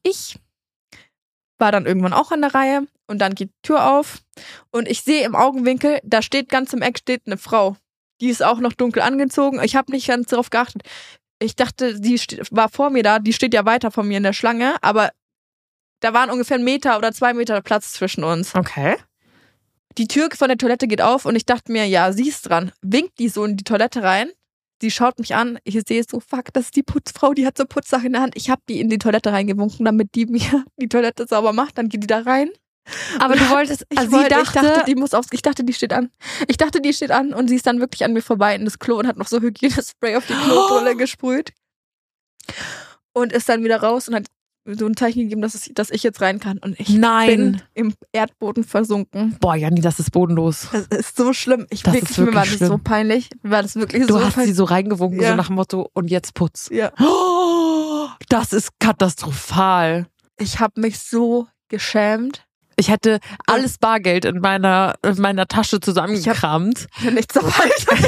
ich war dann irgendwann auch an der Reihe und dann geht die Tür auf und ich sehe im Augenwinkel, da steht ganz im Eck steht eine Frau. Die ist auch noch dunkel angezogen. Ich habe nicht ganz darauf geachtet. Ich dachte, die war vor mir da, die steht ja weiter von mir in der Schlange, aber da waren ungefähr 1 Meter oder 2 Meter Platz zwischen uns. Okay. Die Tür von der Toilette geht auf und ich dachte mir, ja, sie ist dran. Winkt die so in die Toilette rein. Sie schaut mich an. Ich sehe so, fuck, das ist die Putzfrau, die hat so Putzsache in der Hand. Ich habe die in die Toilette reingewunken, damit die mir die Toilette sauber macht. Dann geht die da rein. Aber du wolltest, ich dachte, die muss aufs, ich dachte, die steht an. Ich dachte, die steht an und sie ist dann wirklich an mir vorbei in das Klo und hat noch so Hygienespray auf die Klobrille gesprüht. Und ist dann wieder raus und hat so ein Zeichen gegeben, dass ich jetzt rein kann. Und ich bin im Erdboden versunken. Boah, Janni, das ist bodenlos. Das ist so schlimm. Mir war das so peinlich. Mir war das wirklich du so hast sie so reingewunken, so nach dem Motto, und jetzt putz. Ja. Oh, das ist katastrophal. Ich habe mich so geschämt. Ich hätte alles Bargeld in meiner Tasche zusammengekramt. Ich habe nichts dabei.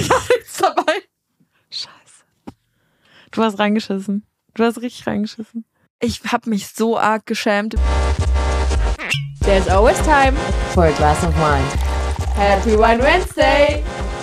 Scheiße. Du hast reingeschissen. Du hast richtig reingeschissen. Ich habe mich so arg geschämt. There's always time for a glass of wine. Happy Wine Wednesday!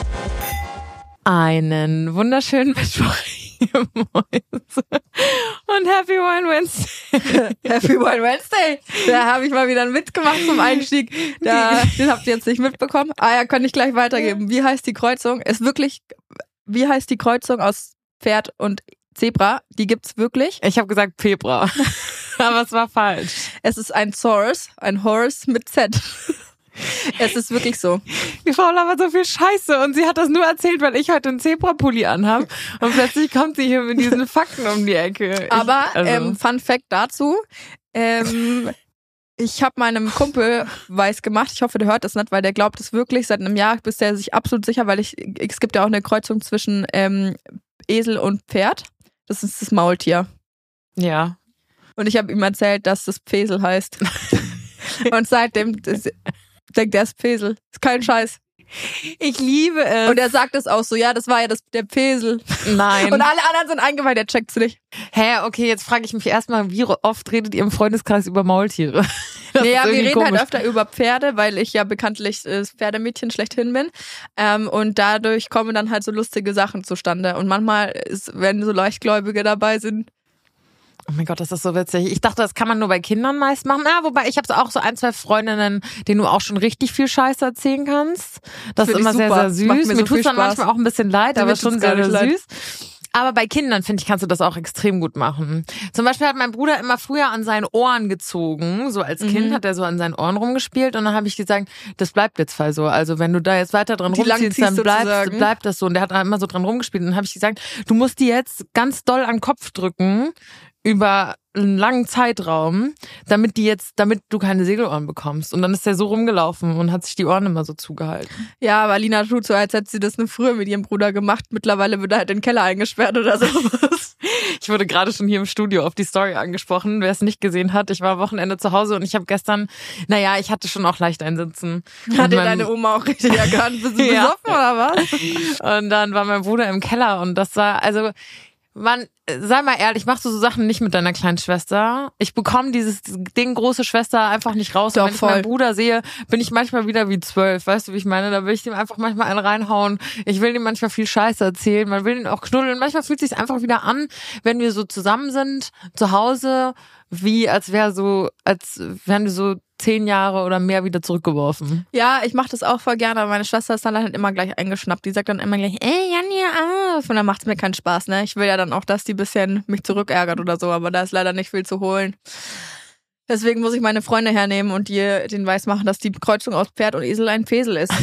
Einen wunderschönen Mittwoch, ihr Mäuse. Und Happy Wine Wednesday. Happy Wine Wednesday. Da habe ich mal wieder mitgemacht zum Einstieg. Den habt ihr jetzt nicht mitbekommen. Ja, kann ich gleich weitergeben. Wie heißt die Kreuzung? Wie heißt die Kreuzung aus Pferd und Zebra? Die gibt's wirklich. Ich habe gesagt Zebra, aber es war falsch. Es ist ein Horse mit Z. Es ist wirklich so. Die Frau labert so viel Scheiße und sie hat das nur erzählt, weil ich heute einen Zebra-Pulli anhabe und plötzlich kommt sie hier mit diesen Fakten um die Ecke. Aber Fun Fact dazu, ich habe meinem Kumpel weiß gemacht, ich hoffe, der hört das nicht, weil der glaubt es wirklich, seit einem Jahr ist der sich absolut sicher, weil es gibt ja auch eine Kreuzung zwischen Esel und Pferd. Das ist das Maultier. Ja. Und ich habe ihm erzählt, dass das Pfesel heißt. Und seitdem denkt er, es ist Pfesel. Ist kein Scheiß. Ich liebe es. Und er sagt es auch so, ja, das war ja der Pfesel. Nein. Und alle anderen sind eingeweiht, der checkt's nicht. Okay, jetzt frage ich mich erstmal, wie oft redet ihr im Freundeskreis über Maultiere? Ja, wir reden halt öfter über Pferde, weil ich ja bekanntlich das Pferdemädchen schlechthin bin. Und dadurch kommen dann halt so lustige Sachen zustande. Und manchmal, wenn so Leichtgläubige dabei sind. Oh mein Gott, das ist so witzig. Ich dachte, das kann man nur bei Kindern meist machen. Ja, wobei ich habe auch so 1, 2 Freundinnen, denen du auch schon richtig viel Scheiße erzählen kannst. Das ist immer sehr, sehr süß. Mir tut's dann manchmal auch ein bisschen leid, aber schon sehr, sehr süß. Aber bei Kindern, finde ich, kannst du das auch extrem gut machen. Zum Beispiel hat mein Bruder immer früher an seinen Ohren gezogen. So als Kind hat er so an seinen Ohren rumgespielt. Und dann habe ich gesagt, das bleibt jetzt voll so. Also wenn du da jetzt weiter dran rumziehst, dann bleibt das so. Und der hat da immer so dran rumgespielt. Und dann habe ich gesagt, du musst die jetzt ganz doll an den Kopf drücken über einen langen Zeitraum, damit du keine Segelohren bekommst. Und dann ist der so rumgelaufen und hat sich die Ohren immer so zugehalten. Ja, aber Lina tut so, als hätte sie das nur früher mit ihrem Bruder gemacht. Mittlerweile wird er halt in den Keller eingesperrt oder sowas. Ich wurde gerade schon hier im Studio auf die Story angesprochen. Wer es nicht gesehen hat, ich war Wochenende zu Hause und ich habe gestern, ich hatte schon auch leicht einsitzen. Hat dir deine Oma auch richtig erkannt? Bist du besoffen oder was? Und dann war mein Bruder im Keller und das war, also... Mann, sei mal ehrlich, machst du so Sachen nicht mit deiner kleinen Schwester? Ich bekomme dieses Ding, große Schwester, einfach nicht raus. Doch, und wenn ich meinen Bruder sehe, bin ich manchmal wieder wie 12. Weißt du, wie ich meine? Da will ich dem einfach manchmal einen reinhauen. Ich will ihm manchmal viel Scheiße erzählen. Man will ihn auch knuddeln. Manchmal fühlt es sich einfach wieder an, wenn wir so zusammen sind, zu Hause, wie als wären wir so 10 Jahre oder mehr wieder zurückgeworfen. Ja, ich mache das auch voll gerne, aber meine Schwester ist dann halt immer gleich eingeschnappt. Die sagt dann immer gleich, Janni, und dann macht's mir keinen Spaß, ne? Ich will ja dann auch, dass die bisschen mich zurückärgert oder so, aber da ist leider nicht viel zu holen. Deswegen muss ich meine Freunde hernehmen und den weiß machen, dass die Kreuzung aus Pferd und Esel ein Fesel ist.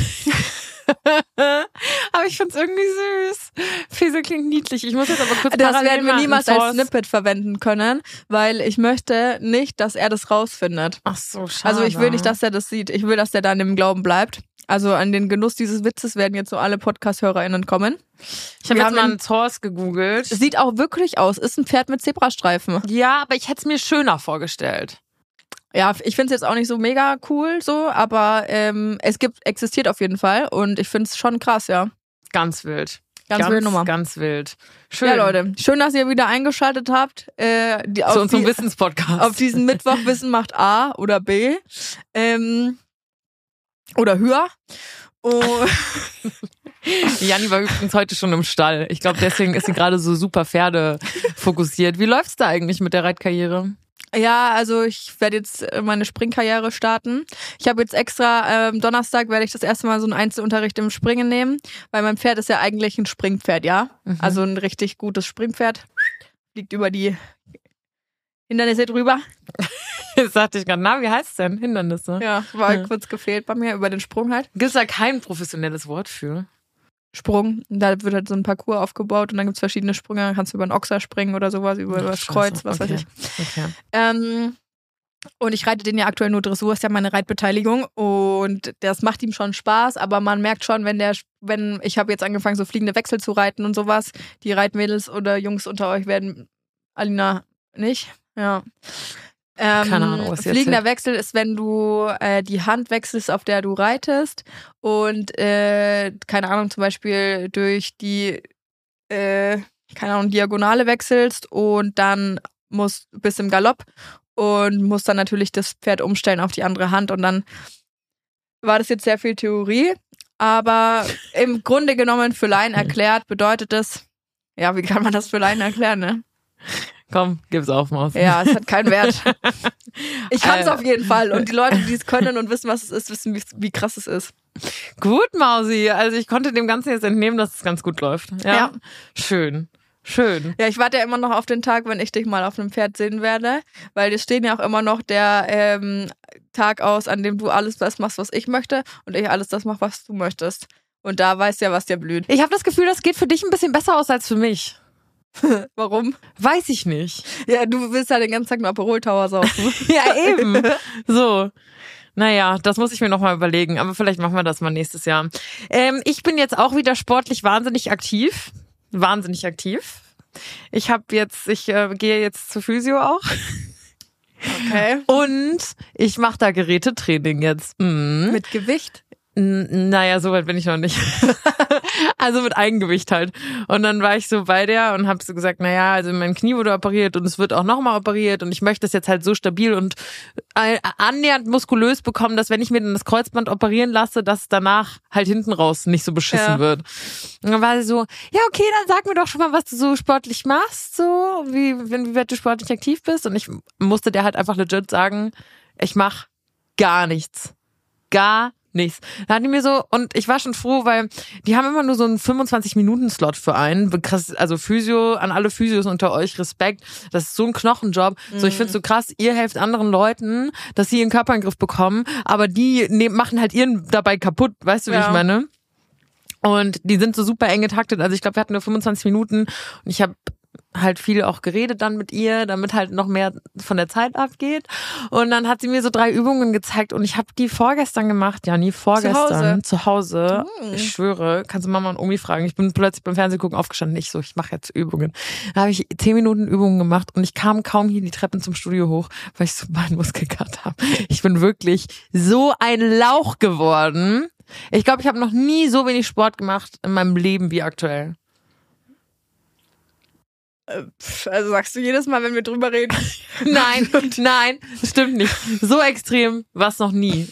Aber ich find's irgendwie süß. Fesel klingt niedlich. Ich muss jetzt aber kurz das werden wir niemals als Snippet verwenden können, weil ich möchte nicht, dass er das rausfindet. Ach so, schade. Also ich will nicht, dass er das sieht. Ich will, dass der dann im Glauben bleibt. Also an den Genuss dieses Witzes werden jetzt so alle Podcast-HörerInnen kommen. Ich habe jetzt mal einen Horse gegoogelt. Sieht auch wirklich aus. Ist ein Pferd mit Zebrastreifen. Ja, aber ich hätte es mir schöner vorgestellt. Ja, ich finde es jetzt auch nicht so mega cool so, aber es existiert auf jeden Fall und ich finde es schon krass, ja. Ganz wild. Ganz wilde Nummer. Ganz wild. Schön. Ja, Leute, schön, dass ihr wieder eingeschaltet habt. Zu unserem Wissenspodcast. Auf diesen Mittwoch Wissen macht A oder B. Oder höher. Oh. Janni war übrigens heute schon im Stall. Ich glaube, deswegen ist sie gerade so super Pferde fokussiert. Wie läuft's da eigentlich mit der Reitkarriere? Ja, also ich werde jetzt meine Springkarriere starten. Ich habe jetzt extra Donnerstag werde ich das erste Mal so einen Einzelunterricht im Springen nehmen, weil mein Pferd ist ja eigentlich ein Springpferd, ja? Also ein richtig gutes Springpferd. Fliegt über die Hindernisse drüber. Jetzt sagte ich gerade, wie heißt es denn? Hindernisse? Ja, war kurz gefehlt bei mir, über den Sprung halt. Gibt es da kein professionelles Wort für? Sprung. Da wird halt so ein Parcours aufgebaut und dann gibt es verschiedene Sprünge. Dann kannst du über einen Ochser springen oder sowas, über das Kreuz, was weiß ich. Okay. Und ich reite den ja aktuell nur Dressur, ist ja meine Reitbeteiligung und das macht ihm schon Spaß, aber man merkt schon, wenn ich habe jetzt angefangen, so fliegende Wechsel zu reiten und sowas, die Reitmädels oder Jungs unter euch werden, Alina nicht, ja. Keine Ahnung, was jetzt fliegender Wechsel ist, wenn du die Hand wechselst, auf der du reitest und keine Ahnung, zum Beispiel durch die Diagonale wechselst und dann bist im Galopp und musst dann natürlich das Pferd umstellen auf die andere Hand und dann war das jetzt sehr viel Theorie, aber im Grunde genommen für Laien erklärt bedeutet das, ja, wie kann man das für Laien erklären, ne? Komm, gib's auf, Maus. Ja, es hat keinen Wert. Ich kann es auf jeden Fall. Und die Leute, die es können und wissen, was es ist, wissen, wie krass es ist. Gut, Mausi. Also ich konnte dem Ganzen jetzt entnehmen, dass es ganz gut läuft. Ja. Schön. Ja, ich warte ja immer noch auf den Tag, wenn ich dich mal auf einem Pferd sehen werde. Weil es stehen ja auch immer noch der Tag aus, an dem du alles das machst, was ich möchte und ich alles das mache, was du möchtest. Und da weißt du ja, was dir blüht. Ich habe das Gefühl, das geht für dich ein bisschen besser aus als für mich. Warum? Weiß ich nicht. Ja, du willst ja den ganzen Tag nur Aperol Tower saufen. Ja, eben. So. Naja, das muss ich mir nochmal überlegen. Aber vielleicht machen wir das mal nächstes Jahr. Ich bin jetzt auch wieder sportlich wahnsinnig aktiv. Ich gehe jetzt zur Physio auch. Okay. Und ich mache da Gerätetraining jetzt. Mit Gewicht? Naja, so weit bin ich noch nicht. Also mit Eigengewicht halt. Und dann war ich so bei der und habe so gesagt, naja, also mein Knie wurde operiert und es wird auch nochmal operiert und ich möchte das jetzt halt so stabil und annähernd muskulös bekommen, dass wenn ich mir dann das Kreuzband operieren lasse, dass danach halt hinten raus nicht so beschissen wird. Und dann war sie so, ja okay, dann sag mir doch schon mal, was du so sportlich machst, so wie weit du sportlich aktiv bist. Und ich musste der halt einfach legit sagen, ich mach gar nichts. Gar nichts. Da hat die mir so, und ich war schon froh, weil die haben immer nur so einen 25-Minuten-Slot für einen. Also Physio, an alle Physios unter euch, Respekt. Das ist so ein Knochenjob. So, ich find's so krass, ihr helft anderen Leuten, dass sie ihren Körper in den Griff bekommen, aber die machen halt ihren dabei kaputt. Weißt du, wie ich meine? Und die sind so super eng getaktet. Also ich glaube, wir hatten nur 25 Minuten und ich habe halt viel auch geredet dann mit ihr, damit halt noch mehr von der Zeit abgeht. Und dann hat sie mir so 3 Übungen gezeigt und ich habe die vorgestern gemacht. Ja, nie vorgestern. Zu Hause. Ich schwöre, kannst du Mama und Omi fragen. Ich bin plötzlich beim Fernsehgucken aufgestanden. Ich mache jetzt Übungen. Da habe ich 10 Minuten Übungen gemacht und ich kam kaum hier die Treppen zum Studio hoch, weil ich so meinen Muskelkater habe. Ich bin wirklich so ein Lauch geworden. Ich glaube, ich habe noch nie so wenig Sport gemacht in meinem Leben wie aktuell. Also sagst du jedes Mal, wenn wir drüber reden? Nein, das stimmt nicht. So extrem war's noch nie.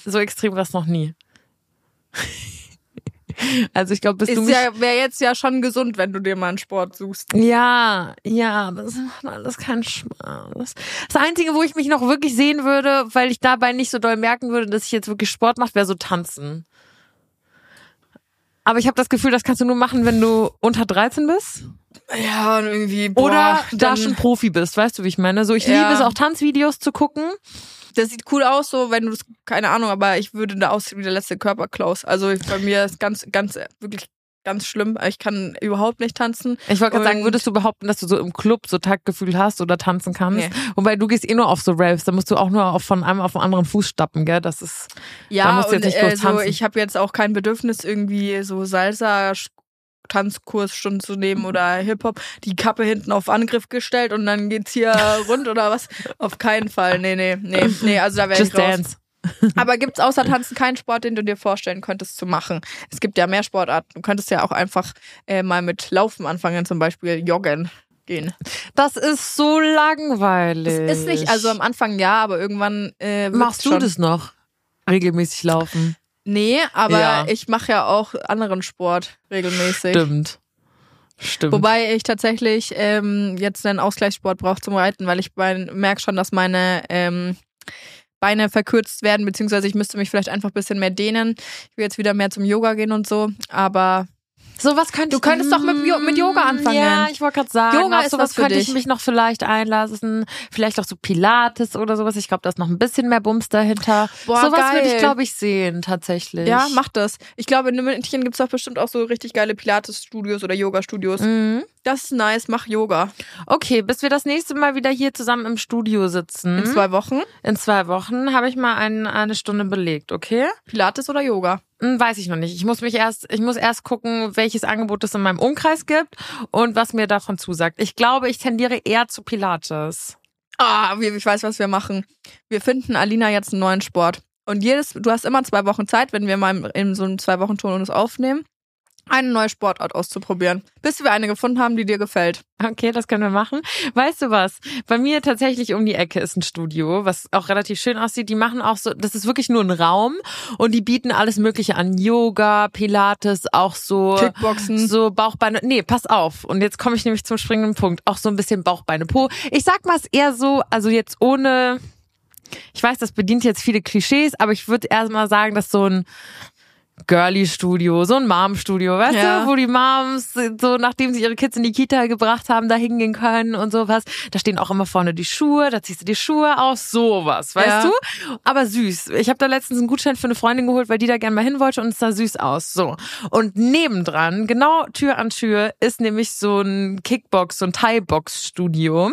Also ich glaube, wäre jetzt ja schon gesund, wenn du dir mal einen Sport suchst. Ja, aber das macht alles keinen Spaß. Das Einzige, wo ich mich noch wirklich sehen würde, weil ich dabei nicht so doll merken würde, dass ich jetzt wirklich Sport mache, wäre so tanzen. Aber ich habe das Gefühl, das kannst du nur machen, wenn du unter 13 bist. Ja, und irgendwie, oder da schon Profi bist, weißt du, wie ich meine? So, ich liebe es auch, Tanzvideos zu gucken. Das sieht cool aus, so, wenn du das, keine Ahnung, aber ich würde da aussehen wie der letzte Körperklaus. Also bei mir ist wirklich ganz schlimm. Ich kann überhaupt nicht tanzen. Ich wollte gerade sagen, würdest du behaupten, dass du so im Club so Taktgefühl hast oder tanzen kannst? Nee. Wobei du gehst nur auf so Raves, da musst du auch nur von einem auf den anderen Fuß stappen, gell? Das ist, da musst du jetzt nicht groß tanzen. Ich habe jetzt auch kein Bedürfnis, irgendwie so Salsa Tanzkursstunden zu nehmen oder Hip-Hop, die Kappe hinten auf Angriff gestellt und dann geht's hier rund oder was? Auf keinen Fall. Nee, also da wäre ich raus. Dance. Aber gibt's außer Tanzen keinen Sport, den du dir vorstellen könntest zu machen? Es gibt ja mehr Sportarten. Du könntest ja auch einfach mal mit Laufen anfangen, zum Beispiel joggen gehen. Das ist so langweilig. Es ist nicht, also am Anfang ja, aber irgendwann machst du das noch? Regelmäßig laufen? Nee, aber ich mache ja auch anderen Sport regelmäßig. Stimmt. Wobei ich tatsächlich jetzt einen Ausgleichssport brauche zum Reiten, weil ich merke schon, dass meine Beine verkürzt werden, beziehungsweise ich müsste mich vielleicht einfach ein bisschen mehr dehnen. Ich will jetzt wieder mehr zum Yoga gehen und so, aber du könntest doch mit Yoga anfangen. Ja, ich wollte gerade sagen, Yoga ist sowas was für könnte dich. ich mich noch vielleicht einlassen. Vielleicht auch so Pilates oder sowas. Ich glaube, da ist noch ein bisschen mehr Bums dahinter. Boah, sowas würde ich, geil. glaube ich, sehen, tatsächlich. Ja, mach das. Ich glaube, in München gibt es doch bestimmt auch so richtig geile Pilates-Studios oder Yoga-Studios. Mhm. Das ist nice, mach Yoga. Okay, bis wir das nächste Mal wieder hier zusammen im Studio sitzen. In 2 Wochen? In 2 Wochen habe ich mal eine Stunde belegt, okay? Pilates oder Yoga? Weiß ich noch nicht. Ich muss erst gucken, welches Angebot es in meinem Umkreis gibt und was mir davon zusagt. Ich glaube, ich tendiere eher zu Pilates. Ich weiß, was wir machen. Wir finden Alina jetzt einen neuen Sport. Und du hast immer 2 Wochen Zeit, wenn wir mal in so einem 2-Wochen-Turnus aufnehmen, eine neue Sportart auszuprobieren, bis wir eine gefunden haben, die dir gefällt. Okay, das können wir machen. Weißt du was? Bei mir tatsächlich um die Ecke ist ein Studio, was auch relativ schön aussieht. Die machen auch so, das ist wirklich nur ein Raum und die bieten alles Mögliche an. Yoga, Pilates, auch so Kickboxen. So Bauchbeine. Nee, pass auf. Und jetzt komme ich nämlich zum springenden Punkt. Auch so ein bisschen Bauchbeine, Po. Ich sag mal es eher so, also jetzt ohne, ich weiß, das bedient jetzt viele Klischees, aber ich würde erst mal sagen, dass so ein Girly-Studio, so ein Mom-Studio, weißt du, wo die Moms so, nachdem sie ihre Kids in die Kita gebracht haben, da hingehen können und sowas. Da stehen auch immer vorne die Schuhe, da ziehst du die Schuhe aus, sowas, weißt du? Aber süß. Ich habe da letztens einen Gutschein für eine Freundin geholt, weil die da gerne mal hin wollte und es sah süß aus. So. Und nebendran, genau Tür an Tür, ist nämlich so ein Kickbox, so ein Thai-Box-Studio.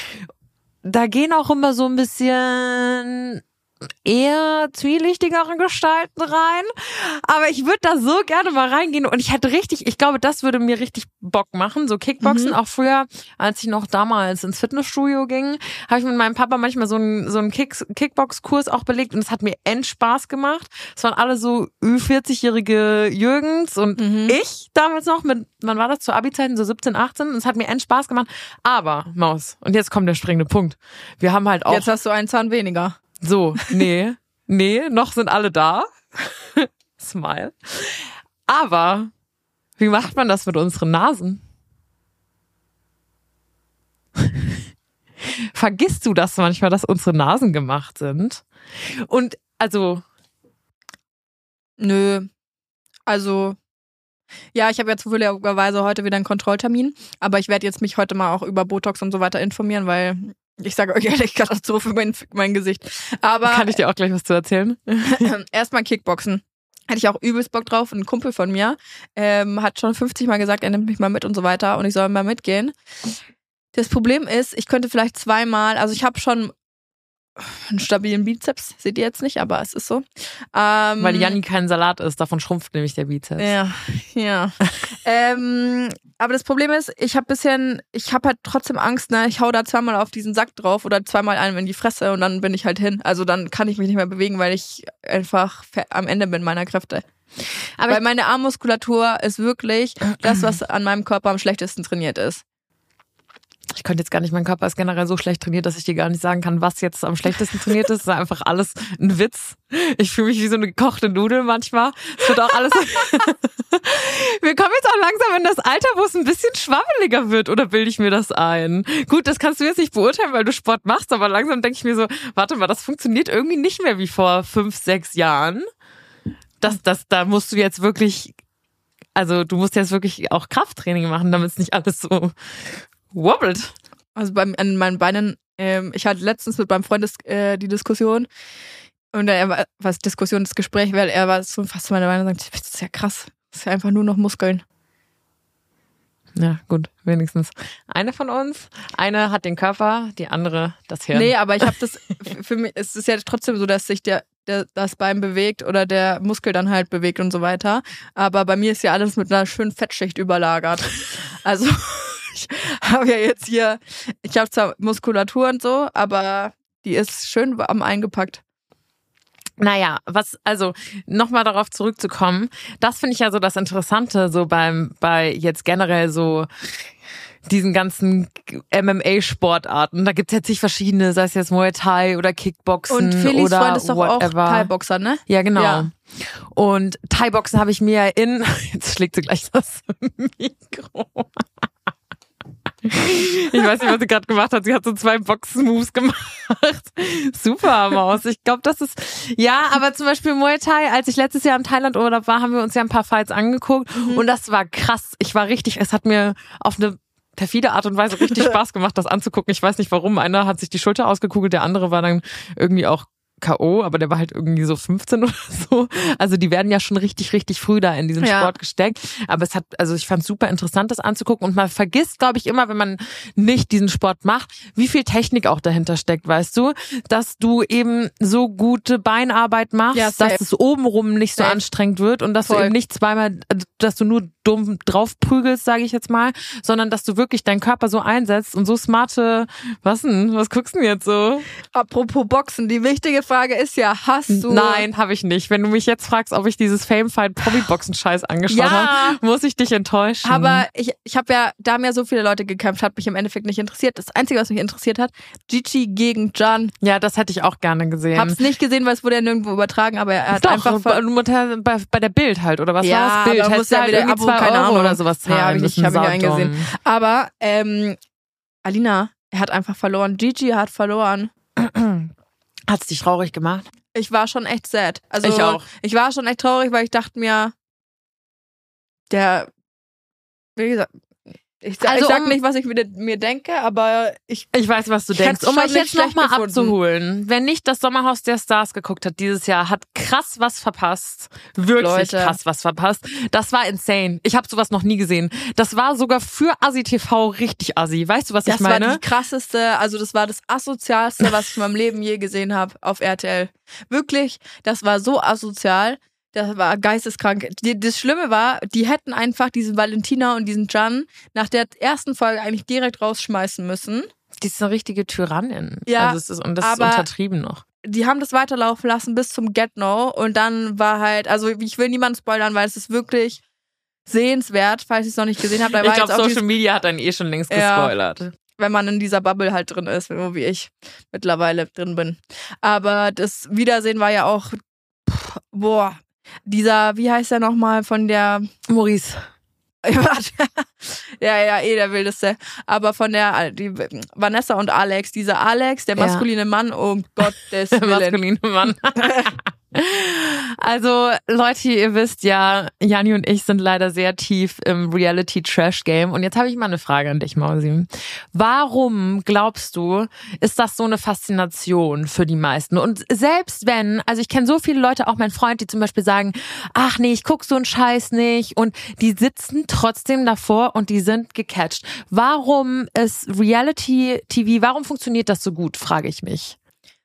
Da gehen auch immer so ein bisschen eher zwielichtigere Gestalten rein. Aber ich würde da so gerne mal reingehen und ich glaube, das würde mir richtig Bock machen. So Kickboxen, auch früher, als ich noch damals ins Fitnessstudio ging, habe ich mit meinem Papa manchmal so einen Kickbox-Kurs auch belegt und es hat mir Spaß gemacht. Es waren alle so Ü40-jährige Jürgens und ich damals noch wann war das, zu Abi-Zeiten, so 17, 18 und es hat mir Spaß gemacht. Aber, Maus, und jetzt kommt der springende Punkt. Wir haben halt auch... Jetzt hast du einen Zahn weniger. So, nee, noch sind alle da. Smile. Aber wie macht man das mit unseren Nasen? Vergisst du das manchmal, dass unsere Nasen gemacht sind? Und also... Nö. Also... Ja, ich habe ja zufälligerweise heute wieder einen Kontrolltermin, aber ich werde jetzt mich heute mal auch über Botox und so weiter informieren, weil... Ich sage euch ehrlich, Katastrophe mein Gesicht. Aber kann ich dir auch gleich was zu erzählen? Erstmal Kickboxen. Hätte ich auch übelst Bock drauf. Ein Kumpel von mir hat schon 50 Mal gesagt, er nimmt mich mal mit und so weiter und ich soll mal mitgehen. Das Problem ist, ich könnte vielleicht 2-mal, also ich habe schon einen stabilen Bizeps, seht ihr jetzt nicht, aber es ist so. Weil Janni kein Salat ist, davon schrumpft nämlich der Bizeps. Ja. Aber das Problem ist, ich habe halt trotzdem Angst, ne? Ich hau da 2-mal auf diesen Sack drauf oder 2-mal einem in die Fresse und dann bin ich halt hin. Also dann kann ich mich nicht mehr bewegen, weil ich einfach am Ende bin meiner Kräfte. Weil meine Armmuskulatur ist wirklich das, was an meinem Körper am schlechtesten trainiert ist. Ich könnte jetzt gar nicht, mein Körper ist generell so schlecht trainiert, dass ich dir gar nicht sagen kann, was jetzt am schlechtesten trainiert ist. Es ist einfach alles ein Witz. Ich fühle mich wie so eine gekochte Nudel manchmal. Es wird auch alles... Wir kommen jetzt auch langsam in das Alter, wo es ein bisschen schwabbeliger wird, oder bilde ich mir das ein? Gut, das kannst du jetzt nicht beurteilen, weil du Sport machst, aber langsam denke ich mir so, warte mal, das funktioniert irgendwie nicht mehr wie vor 5, 6 Jahren. Da musst du jetzt wirklich... Also du musst jetzt wirklich auch Krafttraining machen, damit es nicht alles so... wobbelt. Also an meinen Beinen, ich hatte letztens mit meinem Freund die Diskussion und das Gespräch, weil er war so fast zu meiner Meinung und sagt, das ist ja krass, das ist ja einfach nur noch Muskeln. Ja, gut, wenigstens. Eine von uns, eine hat den Körper, die andere das Hirn. Nee, aber ich habe das, für mich ist es ja trotzdem so, dass sich das Bein bewegt oder der Muskel dann halt bewegt und so weiter. Aber bei mir ist ja alles mit einer schönen Fettschicht überlagert. Also ich habe ja jetzt hier, ich habe zwar Muskulatur und so, aber die ist schön warm eingepackt. Naja, nochmal darauf zurückzukommen, das finde ich ja so das Interessante, so bei jetzt generell so diesen ganzen MMA-Sportarten. Da gibt's jetzt nicht verschiedene, sei es jetzt Muay Thai oder Kickboxen und Phillys oder Freund ist doch whatever. Auch Thai-Boxer, ne? Ja, genau. Ja. Und Thai-Boxen habe ich mir jetzt schlägt sie gleich das Mikro. Ich weiß nicht, was sie gerade gemacht hat. Sie hat so 2 Boxen-Moves gemacht. Super, Maus. Ich glaube, das ist... Ja, aber zum Beispiel Muay Thai, als ich letztes Jahr im Thailand-Urlaub war, haben wir uns ja ein paar Fights angeguckt. Und das war krass. Es hat mir auf eine perfide Art und Weise richtig Spaß gemacht, das anzugucken. Ich weiß nicht warum. Einer hat sich die Schulter ausgekugelt, der andere war dann irgendwie auch K.O., aber der war halt irgendwie so 15 oder so. Also die werden ja schon richtig, richtig früh da in diesen Sport gesteckt. Aber ich fand es super interessant, das anzugucken. Und man vergisst, glaube ich, immer, wenn man nicht diesen Sport macht, wie viel Technik auch dahinter steckt, weißt du? Dass du eben so gute Beinarbeit machst, dass es obenrum nicht so anstrengend wird und dass du eben nicht zweimal, dass du nur dumm drauf prügelst, sage ich jetzt mal, sondern dass du wirklich deinen Körper so einsetzt und so smarte, was guckst du denn jetzt so? Apropos Boxen, die wichtige Frage ist ja, hast du... Nein, habe ich nicht. Wenn du mich jetzt fragst, ob ich dieses Fame-Fight-Promi-Boxen-Scheiß angeschaut habe, muss ich dich enttäuschen. Aber ich habe ja, da haben ja so viele Leute gekämpft, hat mich im Endeffekt nicht interessiert. Das Einzige, was mich interessiert hat, Gigi gegen Can. Ja, das hätte ich auch gerne gesehen. Hab's nicht gesehen, weil es wurde ja nirgendwo übertragen, aber er hat einfach... bei der Bild halt, oder was war das Bild? Ja, muss ja wieder Abo, keine Ahnung oder sowas zahlen. Ja, hab ich nicht eingesehen. Aber Alina, er hat einfach verloren. Gigi hat verloren. Hat's dich traurig gemacht? Ich war schon echt sad. Also ich auch. Ich war schon echt traurig, weil ich dachte mir, wie gesagt, ich sag nicht, was ich mir denke, aber ich weiß, was du denkst. Um euch jetzt nochmal abzuholen, wer nicht das Sommerhaus der Stars geguckt hat dieses Jahr, hat krass was verpasst. Wirklich krass was verpasst. Das war insane. Ich habe sowas noch nie gesehen. Das war sogar für Assi TV richtig assi. Weißt du, was ich meine? Das war die krasseste, also das war das asozialste, was ich in meinem Leben je gesehen habe auf RTL. Wirklich, das war so asozial. Das war geisteskrank. Das Schlimme war, die hätten einfach diesen Valentina und diesen Can nach der ersten Folge eigentlich direkt rausschmeißen müssen. Die ist eine richtige Tyrannin. Ja, also das ist untertrieben noch. Die haben das weiterlaufen lassen bis zum Get-No und dann war halt, also ich will niemanden spoilern, weil es ist wirklich sehenswert, falls ihr es noch nicht gesehen habt. Ich glaube, Social Media hat dann schon längst gespoilert. Wenn man in dieser Bubble halt drin ist, wie ich mittlerweile drin bin. Aber das Wiedersehen war ja auch, dieser, wie heißt der nochmal von der... Maurice. ja, der wildeste. Aber von die Vanessa und Alex, dieser Alex, der maskuline Mann, um Gottes Willen. Der maskuline Mann. Also Leute, ihr wisst ja, Janni und ich sind leider sehr tief im Reality-Trash-Game. Und jetzt habe ich mal eine Frage an dich, Mausi. Warum glaubst du, ist das so eine Faszination für die meisten? Und selbst wenn, also ich kenne so viele Leute, auch mein Freund, die zum Beispiel sagen, ach nee, ich guck so einen Scheiß nicht. Und die sitzen trotzdem davor und die sind gecatcht. Warum ist Reality-TV, warum funktioniert das so gut, frage ich mich.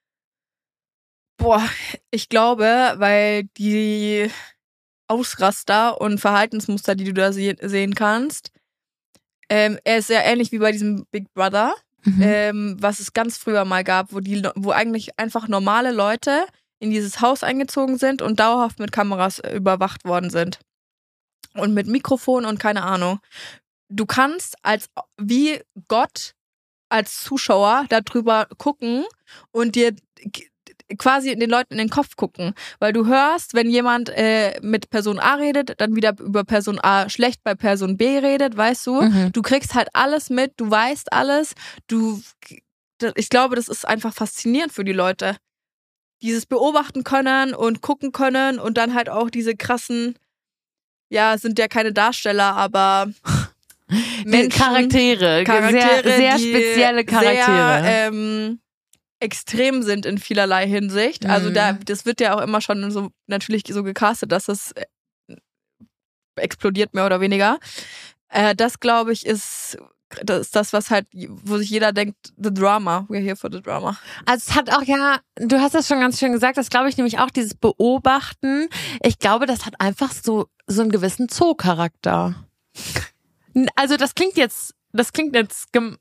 Ich glaube, weil die Ausraster und Verhaltensmuster, die du da sehen kannst, er ist ja ähnlich wie bei diesem Big Brother, was es ganz früher mal gab, wo eigentlich einfach normale Leute in dieses Haus eingezogen sind und dauerhaft mit Kameras überwacht worden sind. Und mit Mikrofon und keine Ahnung. Du kannst wie Gott als Zuschauer darüber gucken und dir quasi den Leuten in den Kopf gucken, weil du hörst, wenn jemand mit Person A redet, dann wieder über Person A schlecht bei Person B redet, weißt du? Du kriegst halt alles mit, du weißt alles, ich glaube, das ist einfach faszinierend für die Leute. Dieses beobachten können und gucken können und dann halt auch diese krassen, sind ja keine Darsteller, aber Menschen, Charaktere, sehr spezielle Charaktere. Sehr, extrem sind in vielerlei Hinsicht. Also das wird ja auch immer schon so natürlich so gecastet, dass das explodiert, mehr oder weniger. Das, glaube ich, ist das, was halt, wo sich jeder denkt, the drama, we're here for the drama. Also es hat auch, du hast das schon ganz schön gesagt, das glaube ich nämlich auch, dieses Beobachten. Ich glaube, das hat einfach so einen gewissen Zoo-Charakter. Also das klingt jetzt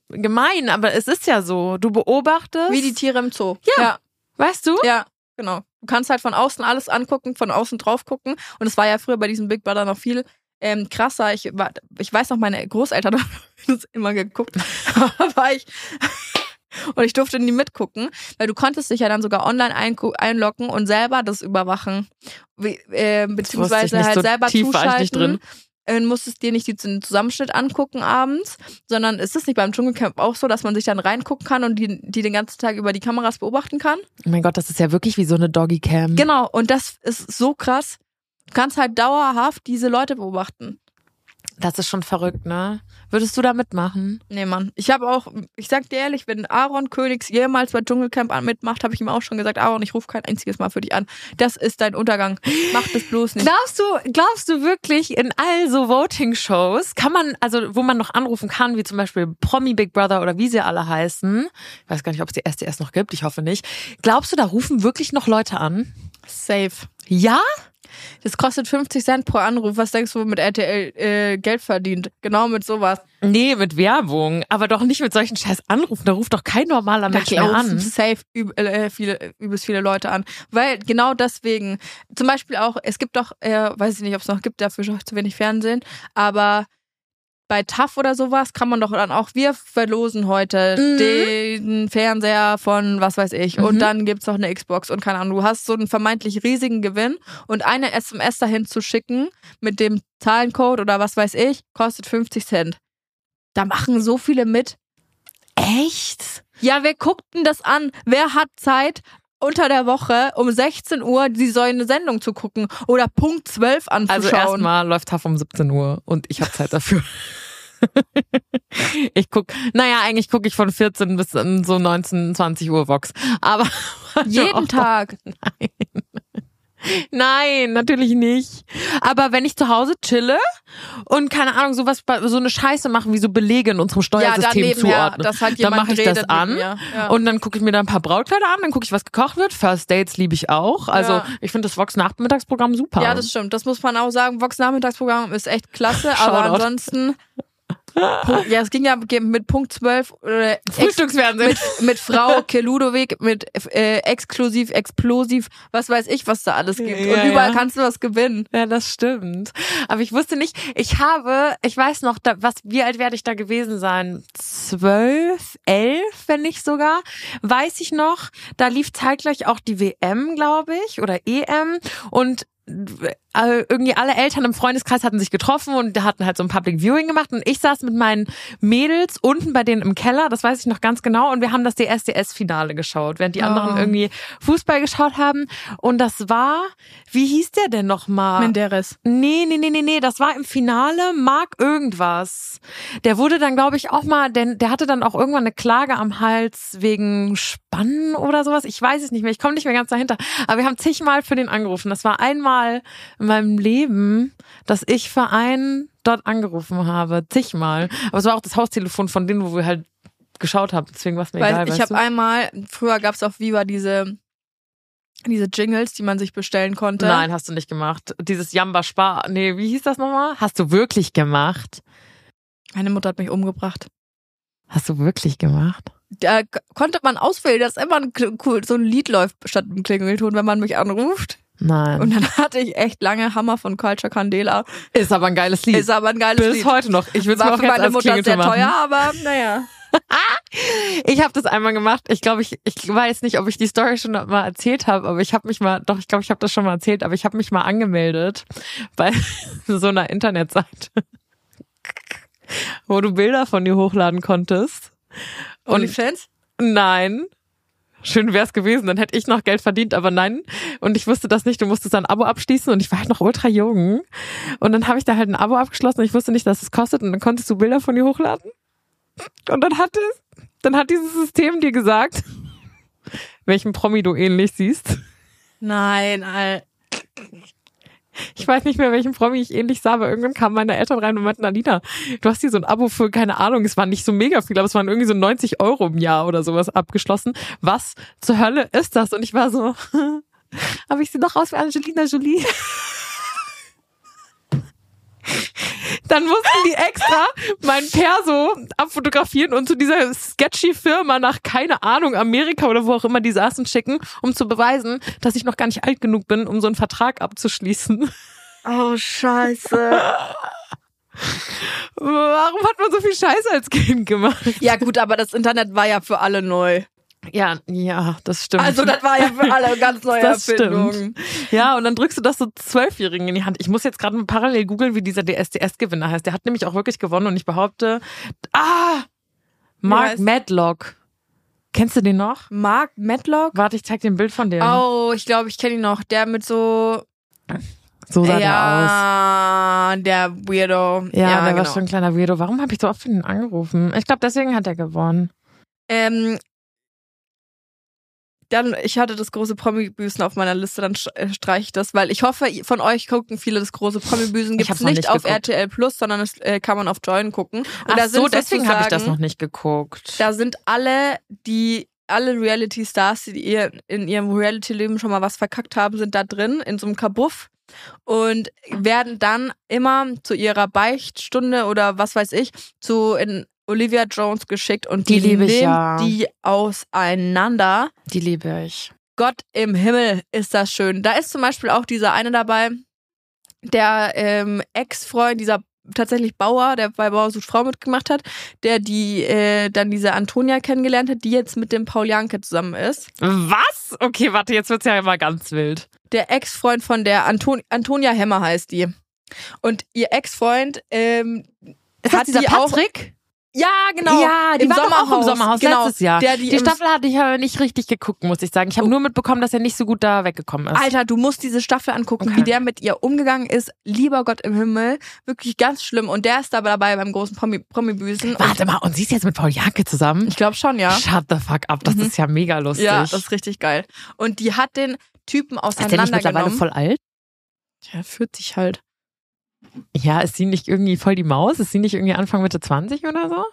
gemein, aber es ist ja so. Du beobachtest. Wie die Tiere im Zoo. Ja. Weißt du? Ja, genau. Du kannst halt von außen alles angucken, von außen drauf gucken. Und es war ja früher bei diesem Big Brother noch viel krasser. Ich weiß noch, meine Großeltern haben das immer geguckt. Und ich durfte nie mitgucken, weil du konntest dich ja dann sogar online einloggen und selber das überwachen. Beziehungsweise halt so selber zuschalten. Musstest dir nicht den Zusammenschnitt angucken abends, sondern ist es nicht beim Dschungelcamp auch so, dass man sich dann reingucken kann und die den ganzen Tag über die Kameras beobachten kann? Oh mein Gott, das ist ja wirklich wie so eine Doggy-Cam. Genau, und das ist so krass. Du kannst halt dauerhaft diese Leute beobachten. Das ist schon verrückt, ne? Würdest du da mitmachen? Nee, Mann. Ich sag dir ehrlich, wenn Aaron Königs jemals bei Dschungelcamp mitmacht, habe ich ihm auch schon gesagt, Aaron, ich rufe kein einziges Mal für dich an. Das ist dein Untergang. Mach das bloß nicht. Glaubst du wirklich, in all so Voting-Shows kann man, also wo man noch anrufen kann, wie zum Beispiel Promi Big Brother oder wie sie alle heißen, ich weiß gar nicht, ob es die SDS noch gibt, ich hoffe nicht. Glaubst du, da rufen wirklich noch Leute an? Safe. Ja? Das kostet 50 Cent pro Anruf. Was denkst du, mit RTL Geld verdient? Genau mit sowas. Nee, mit Werbung. Aber doch nicht mit solchen scheiß Anrufen. Da ruft doch kein normaler Mensch mehr an. Safe übelst viele Leute an. Weil genau deswegen, zum Beispiel auch, es gibt doch, weiß ich nicht, ob es noch gibt, dafür schaue ich zu wenig Fernsehen, aber bei TAF oder sowas kann man doch dann auch, wir verlosen heute den Fernseher von was weiß ich und dann gibt's noch eine Xbox und keine Ahnung, du hast so einen vermeintlich riesigen Gewinn und eine SMS dahin zu schicken mit dem Zahlencode oder was weiß ich, kostet 50 Cent. Da machen so viele mit. Echt? Ja, wer guckt denn das an? Wer hat Zeit, unter der Woche um 16 Uhr so eine Sendung zu gucken oder Punkt 12 anzuschauen? Also erstmal läuft TAF um 17 Uhr und ich habe Zeit dafür. Eigentlich gucke ich von 14 bis so 19, 20 Uhr Vox. Aber jeden Tag. Nein, natürlich nicht. Aber wenn ich zu Hause chille und keine Ahnung, so eine Scheiße machen, wie so Belege in unserem Steuersystem zuordnen, dann mache ich das an und dann gucke ich mir da ein paar Brautkleider an, dann gucke ich, was gekocht wird. First Dates liebe ich auch. Also ich finde das Vox-Nachmittagsprogramm super. Ja, das stimmt. Das muss man auch sagen. Vox-Nachmittagsprogramm ist echt klasse, aber ansonsten... Ja, es ging ja mit Punkt 12 Frühstücksfernsehen mit Frau Ludowig, mit exklusiv, explosiv, was weiß ich, was da alles gibt. Und überall kannst du was gewinnen. Ja, das stimmt. Aber ich wusste nicht, ich weiß noch, wie alt werde ich da gewesen sein? 12, 11, wenn nicht sogar. Weiß ich noch, da lief zeitgleich auch die WM, glaube ich, oder EM und irgendwie alle Eltern im Freundeskreis hatten sich getroffen und hatten halt so ein Public Viewing gemacht und ich saß mit meinen Mädels unten bei denen im Keller, das weiß ich noch ganz genau, und wir haben das DSDS-Finale geschaut, während die anderen irgendwie Fußball geschaut haben und das war, wie hieß der denn nochmal? Menderes. Nee, das war im Finale Marc irgendwas. Der wurde dann, glaube ich, auch mal, der hatte dann auch irgendwann eine Klage am Hals wegen Spannen oder sowas, ich weiß es nicht mehr, ich komme nicht mehr ganz dahinter, aber wir haben zigmal für den angerufen, das war einmal in meinem Leben, dass ich für einen dort angerufen habe. Zigmal. Aber es war auch das Haustelefon von denen, wo wir halt geschaut haben. Deswegen war es mir egal. Ich habe einmal, früher gab es auf Viva diese Jingles, die man sich bestellen konnte. Nein, hast du nicht gemacht. Dieses Jamba Spar. Nee, wie hieß das nochmal? Hast du wirklich gemacht? Meine Mutter hat mich umgebracht. Hast du wirklich gemacht? Da konnte man auswählen, dass immer so ein Lied läuft statt einem Klingelton, wenn man mich anruft. Nein. Und dann hatte ich echt lange Hammer von Culture Candela. Ist aber ein geiles Lied. Bis heute noch. Ich will es mir auch jetzt als Klingelton machen. War für meine Mutter sehr teuer, aber naja. Ich habe das einmal gemacht. Ich glaube, ich weiß nicht, ob ich die Story schon mal erzählt habe, aber ich habe mich mal, doch, ich glaube, ich habe das schon mal erzählt, aber ich habe mich mal angemeldet bei so einer Internetseite, wo du Bilder von dir hochladen konntest. OnlyFans? Nein. Schön wär's gewesen, dann hätte ich noch Geld verdient, aber nein. Und ich wusste das nicht, du musstest ein Abo abschließen und ich war halt noch ultra jung. Und dann habe ich da halt ein Abo abgeschlossen und ich wusste nicht, dass es kostet und dann konntest du Bilder von dir hochladen. Und dann hat dieses System dir gesagt, welchem Promi du ähnlich siehst. Nein, Alter. Ich weiß nicht mehr, welchem Promi ich ähnlich sah, aber irgendwann kamen meine Eltern rein und meinten, Alina, du hast hier so ein Abo für, keine Ahnung, es war nicht so mega viel, aber es waren irgendwie so 90 € im Jahr oder sowas abgeschlossen. Was zur Hölle ist das? Und ich war so, aber ich sehe doch aus wie Angelina Jolie. Dann mussten die extra mein Perso abfotografieren und zu dieser sketchy Firma nach, keine Ahnung, Amerika oder wo auch immer die saßen, schicken, um zu beweisen, dass ich noch gar nicht alt genug bin, um so einen Vertrag abzuschließen. Oh, scheiße. Warum hat man so viel Scheiße als Kind gemacht? Ja gut, aber das Internet war ja für alle neu. Ja, das stimmt. Also das war ja für alle ganz neue Erfindung. Stimmt. Ja, und dann drückst du das so 12-Jährigen in die Hand. Ich muss jetzt gerade mal parallel googeln, wie dieser DSDS-Gewinner heißt. Der hat nämlich auch wirklich gewonnen und ich behaupte, Mark Medlock. Kennst du den noch? Mark Medlock? Warte, ich zeig dir ein Bild von dem. Oh, ich glaube, ich kenne ihn noch. Der mit so sah der aus. Der Weirdo. Ja, der war schon ein kleiner Weirdo. Warum habe ich so oft ihn angerufen? Ich glaube, deswegen hat er gewonnen. Dann, ich hatte das große Promi-Büßen auf meiner Liste, dann streiche ich das, weil ich hoffe, von euch gucken viele das große Promi-Büßen. Gibt es nicht auf RTL Plus, sondern es kann man auf Join gucken. Und ach so, deswegen habe ich das noch nicht geguckt. Da sind alle Reality-Stars, die in ihrem Reality-Leben schon mal was verkackt haben, sind da drin, in so einem Kabuff. Und werden dann immer zu ihrer Beichtstunde oder was weiß ich, in Olivia Jones geschickt und die liebe ich, nimmt die auseinander. Die liebe ich. Gott im Himmel, ist das schön. Da ist zum Beispiel auch dieser eine dabei, der Ex-Freund, dieser tatsächlich Bauer, der bei Bauer sucht Frau mitgemacht hat, der dann diese Antonia kennengelernt hat, die jetzt mit dem Paul Janke zusammen ist. Was? Okay, warte, jetzt wird's ja immer ganz wild. Der Ex-Freund von der Antonia Hemmer heißt die. Und ihr Ex-Freund ist das dieser Patrick? Ja, genau. Ja, die war doch auch im Sommerhaus letztes Jahr. Die Staffel hatte ich aber nicht richtig geguckt, muss ich sagen. Ich habe nur mitbekommen, dass er nicht so gut da weggekommen ist. Alter, du musst diese Staffel angucken, wie der mit ihr umgegangen ist. Lieber Gott im Himmel. Wirklich ganz schlimm. Und der ist aber dabei beim großen Promi-Büßen. Warte mal, und sie ist jetzt mit Paul Janke zusammen? Ich glaube schon, ja. Shut the fuck up, das ist ja mega lustig. Ja, das ist richtig geil. Und die hat den Typen auseinandergenommen. Ist der nicht mittlerweile voll alt? Ja, 40 halt. Ja, ist sie nicht irgendwie voll die Maus? Ist sie nicht irgendwie Anfang Mitte 20 oder so?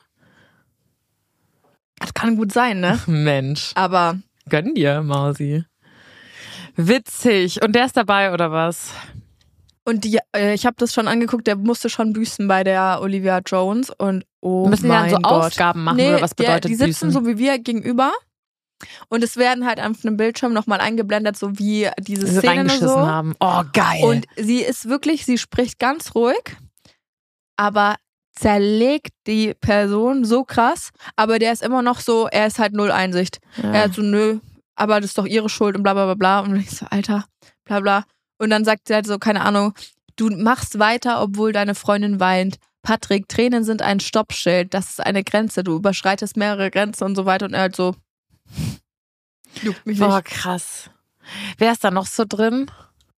Das kann gut sein, ne? Ach, Mensch. Aber gönn dir, Mausi. Witzig. Und der ist dabei, oder was? Und ich habe das schon angeguckt, der musste schon büßen bei der Olivia Jones. Und müssen mein dann so Gott. Aufgaben machen, oder was bedeutet die sitzen büßen? so wie wir gegenüber. Und es werden halt auf einem Bildschirm nochmal eingeblendet, so wie diese Szenen so haben. Oh, geil. Und sie spricht ganz ruhig, aber zerlegt die Person so krass, aber der ist immer noch so, er ist halt null Einsicht. Ja. Er hat so, nö, aber das ist doch ihre Schuld und bla bla bla bla. Und ich so, Alter, bla bla. Und dann sagt sie halt so, keine Ahnung, du machst weiter, obwohl deine Freundin weint. Patrick, Tränen sind ein Stoppschild, das ist eine Grenze, du überschreitest mehrere Grenzen und so weiter. Und er halt so, juckt mich nicht. Boah, krass. Wer ist da noch so drin?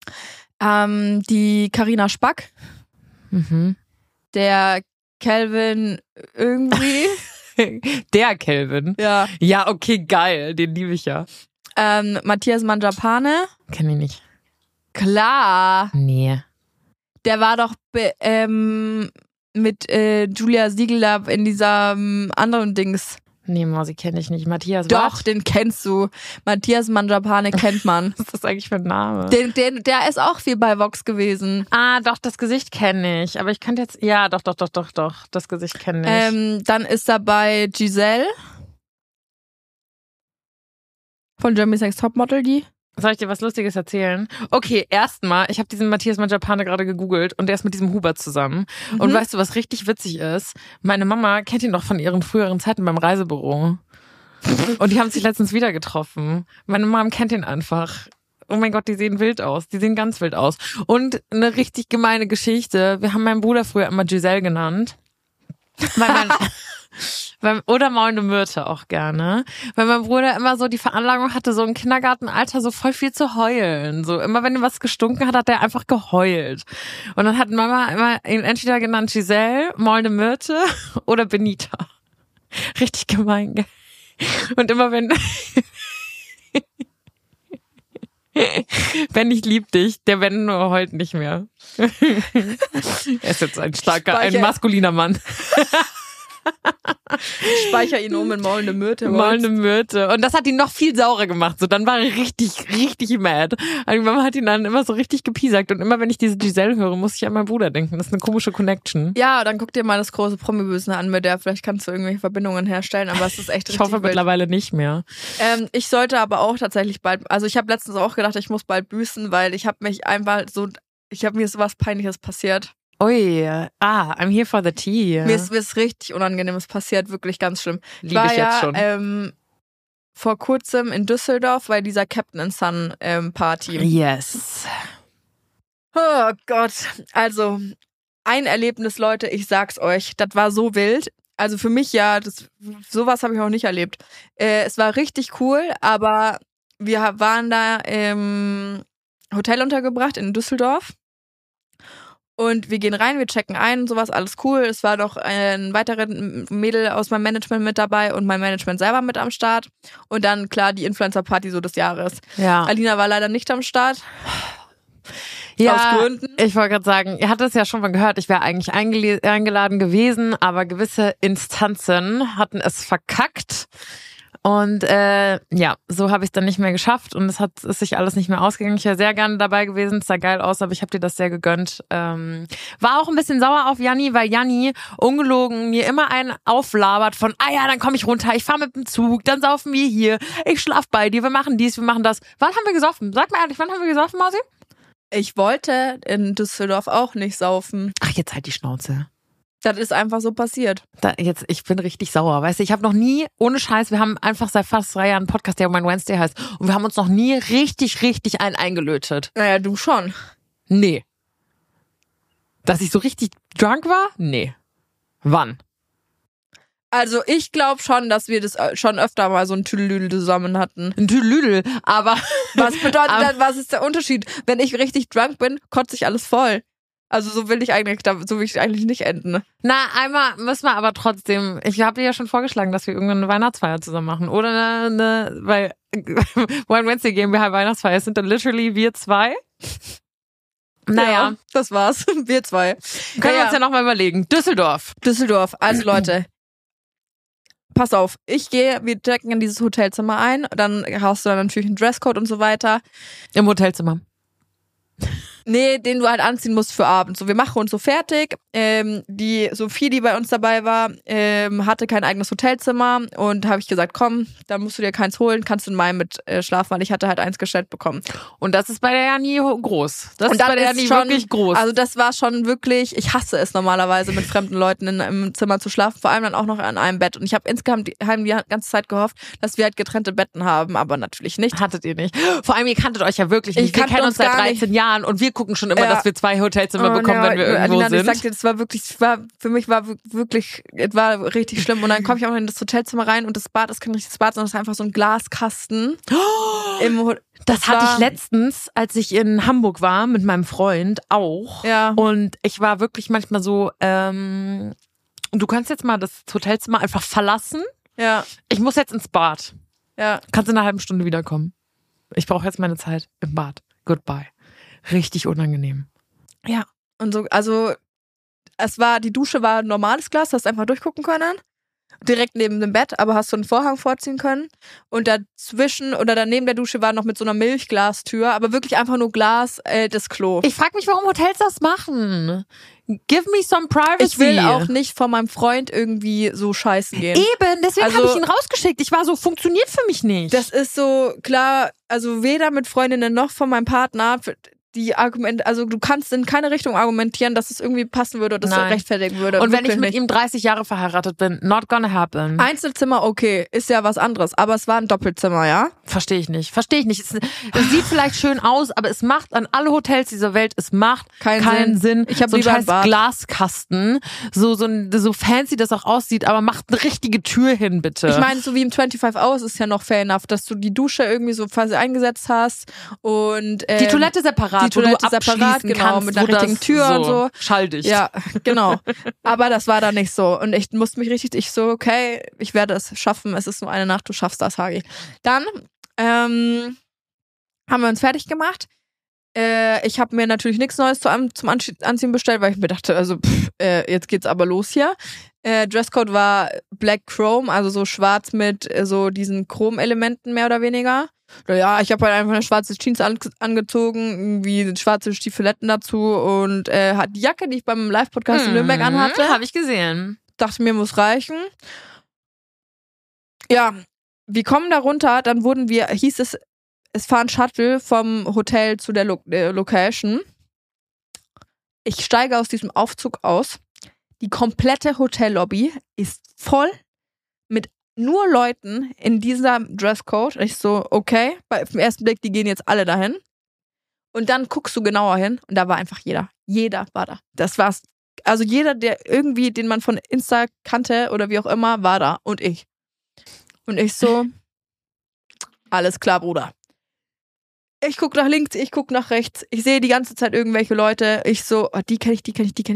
Die Carina Spack. Der Calvin irgendwie. Der Calvin? Ja. Ja, okay, geil. Den liebe ich ja. Matthias Manjapane. Kenn ich nicht. Klar. Nee. Der war doch mit Julia Siegel da in dieser anderen Dings. Nee, Mausi kenne ich nicht. Matthias Doch, was? den kennst du. Matthias Manjapane kennt man. Was ist das eigentlich für ein Name? Der ist auch viel bei Vox gewesen. Ah, doch, das Gesicht kenne ich. Aber ich könnte jetzt... Ja, doch. Das Gesicht kenne ich. Dann ist dabei Giselle. Von Germany's Next Topmodel, die. Soll ich dir was Lustiges erzählen? Okay, erstmal, ich habe diesen Matthias Manjapane gerade gegoogelt und der ist mit diesem Hubert zusammen. Und weißt du, was richtig witzig ist? Meine Mama kennt ihn noch von ihren früheren Zeiten beim Reisebüro. Und die haben sich letztens wieder getroffen. Meine Mom kennt ihn einfach. Oh mein Gott, die sehen wild aus. Die sehen ganz wild aus. Und eine richtig gemeine Geschichte. Wir haben meinen Bruder früher immer Giselle genannt. Oder Maulende Myrte auch gerne. Weil mein Bruder immer so die Veranlagung hatte, so im Kindergartenalter so voll viel zu heulen. So immer wenn ihm was gestunken hat er einfach geheult. Und dann hat Mama immer ihn entweder genannt Giselle, Maulende Myrte oder Benita. Richtig gemein, gell? Und immer wenn Ben, ich lieb dich, der Ben nur heult nicht mehr. Er ist jetzt ein maskuliner Mann. Ich speichere ihn in maulende Myrte. Maulende Myrte. Und das hat ihn noch viel saurer gemacht. So, dann war er richtig, richtig mad. Und die Mama hat ihn dann immer so richtig gepiesackt. Und immer, wenn ich diese Giselle höre, muss ich an meinen Bruder denken. Das ist eine komische Connection. Ja, dann guck dir mal das große Promi-Bösen an, mit der vielleicht kannst du irgendwelche Verbindungen herstellen, aber es ist echt richtig Ich hoffe wild. mittlerweile nicht mehr. Ich sollte aber auch tatsächlich bald, also ich habe letztens auch gedacht, ich muss bald büßen, weil ich habe mir sowas Peinliches passiert. Ui, I'm here for the tea. Mir ist richtig Unangenehmes passiert, wirklich ganz schlimm. Liebe ich jetzt schon. Vor kurzem in Düsseldorf bei dieser Captain & Son Party. Yes. Oh Gott, also ein Erlebnis, Leute, ich sag's euch, das war so wild. Also für mich sowas habe ich auch nicht erlebt. Es war richtig cool, aber wir waren da im Hotel untergebracht in Düsseldorf. Und wir gehen rein, wir checken ein und sowas, alles cool. Es war noch ein weiterer Mädel aus meinem Management mit dabei und mein Management selber mit am Start. Und dann, klar, die Influencer-Party so des Jahres. Ja. Alina war leider nicht am Start. Ja, aus Gründen. Ich wollte gerade sagen, ihr hattet es ja schon mal gehört, ich wäre eigentlich eingeladen gewesen, aber gewisse Instanzen hatten es verkackt. Und so habe ich es dann nicht mehr geschafft und es ist sich alles nicht mehr ausgegangen. Ich wäre sehr gerne dabei gewesen, es sah geil aus, aber ich habe dir das sehr gegönnt. War auch ein bisschen sauer auf Janni, weil Janni ungelogen mir immer einen auflabert von, dann komme ich runter, ich fahre mit dem Zug, dann saufen wir hier, ich schlaf bei dir, wir machen dies, wir machen das. Wann haben wir gesoffen? Sag mal ehrlich, wann haben wir gesoffen, Mausi? Ich wollte in Düsseldorf auch nicht saufen. Ach, jetzt halt die Schnauze. Das ist einfach so passiert. Ich bin richtig sauer, weißt du, ich habe noch nie, ohne Scheiß, wir haben einfach seit fast 3 Jahren einen Podcast, der mein Wednesday heißt und wir haben uns noch nie richtig einen eingelötet. Naja, du schon. Nee. Dass ich so richtig drunk war? Nee. Wann? Also ich glaube schon, dass wir das schon öfter mal so ein Tüdelüdel zusammen hatten. Ein Tüdelüdel, aber... Was bedeutet das, was ist der Unterschied? Wenn ich richtig drunk bin, kotze ich alles voll. Also so will ich eigentlich nicht enden. Na, einmal müssen wir aber trotzdem, ich habe dir ja schon vorgeschlagen, dass wir irgendwann eine Weihnachtsfeier zusammen machen. Oder weil Wine Wednesday GmbH Weihnachtsfeier sind dann literally wir 2. Naja. Ja, das war's. Wir 2. Können wir uns ja nochmal überlegen. Düsseldorf. Also Leute, pass auf, wir checken in dieses Hotelzimmer ein, dann hast du dann natürlich einen Dresscode und so weiter. Im Hotelzimmer. Nee, den du halt anziehen musst für abends. So, wir machen uns so fertig. Die Sophie, die bei uns dabei war, hatte kein eigenes Hotelzimmer und habe ich gesagt, komm, da musst du dir keins holen, kannst du in meinem mit schlafen, weil ich hatte halt eins gestellt bekommen. Und das ist bei der Jani groß. Das und ist bei der Jani wirklich groß. Also das war schon wirklich, ich hasse es normalerweise, mit fremden Leuten im Zimmer zu schlafen, vor allem dann auch noch an einem Bett. Und ich habe insgesamt die ganze Zeit gehofft, dass wir halt getrennte Betten haben, aber natürlich nicht. Hattet ihr nicht. Vor allem, ihr kanntet euch ja wirklich nicht. Wir kennen uns seit 13 Jahren und wir gucken schon immer, dass wir 2 Hotelzimmer bekommen, wenn wir irgendwo Alina, sind. Ich sag dir, für mich war richtig schlimm. Und dann komme ich auch in das Hotelzimmer rein und das Bad ist kein richtiges Bad, sondern es ist einfach so ein Glaskasten. Das hatte ich letztens, als ich in Hamburg war mit meinem Freund auch. Ja. Und ich war wirklich manchmal so, du kannst jetzt mal das Hotelzimmer einfach verlassen. Ja. Ich muss jetzt ins Bad. Ja. Kannst in einer halben Stunde wiederkommen. Ich brauche jetzt meine Zeit im Bad. Goodbye. Richtig unangenehm. Ja. Und so, also die Dusche war ein normales Glas, hast einfach durchgucken können. Direkt neben dem Bett, aber hast du einen Vorhang vorziehen können. Und dazwischen oder daneben der Dusche war noch mit so einer Milchglastür, aber wirklich einfach nur Glas, das Klo. Ich frage mich, warum Hotels das machen. Give me some privacy. Ich will auch nicht von meinem Freund irgendwie so scheißen gehen. Eben, deswegen habe ich ihn rausgeschickt. Ich war so, funktioniert für mich nicht. Das ist so, klar, also weder mit Freundinnen noch von meinem Partner, also du kannst in keine Richtung argumentieren, dass es irgendwie passen würde oder das rechtfertigen würde. Und wenn ich mit ihm 30 Jahre verheiratet bin, not gonna happen. Einzelzimmer, okay, ist ja was anderes, aber es war ein Doppelzimmer, ja? Verstehe ich nicht. Es sieht vielleicht schön aus, aber es macht an alle Hotels dieser Welt, es macht keinen Sinn. Ich habe so ein scheiß Glaskasten, so fancy das auch aussieht, aber macht eine richtige Tür hin, bitte. Ich meine, so wie im 25 Hours ist ja noch fair enough, dass du die Dusche irgendwie so quasi eingesetzt hast und die Toilette separat. Die Toilette separat, genau, mit einer richtigen Tür und so. Schalldicht. Ja, genau. Aber das war da nicht so. Und ich musste mich okay, ich werde es schaffen, es ist nur eine Nacht, du schaffst das, Hagi. Dann haben wir uns fertig gemacht. Ich habe mir natürlich nichts Neues zum Anziehen bestellt, weil ich mir dachte, also jetzt geht's aber los hier. Dresscode war Black Chrome, also so schwarz mit so diesen Chrom-Elementen mehr oder weniger. Ja, ich habe halt einfach eine schwarze Jeans angezogen, irgendwie schwarze Stiefeletten dazu und hat die Jacke, die ich beim Live-Podcast in Nürnberg anhatte. Habe ich gesehen. Dachte mir, muss reichen. Ja, wir kommen da runter, dann hieß es fahren Shuttle vom Hotel zu der Location. Ich steige aus diesem Aufzug aus. Die komplette Hotellobby ist voll mit nur Leuten in dieser Dresscode. Ich so, okay, im ersten Blick, die gehen jetzt alle dahin. Und dann guckst du genauer hin und da war einfach jeder. Jeder war da. Das war's. Also jeder, der irgendwie, den man von Insta kannte oder wie auch immer, war da. Und ich. Und ich so, alles klar, Bruder. Ich guck nach links, ich guck nach rechts. Ich sehe die ganze Zeit irgendwelche Leute. Ich so, oh, die kenne ich.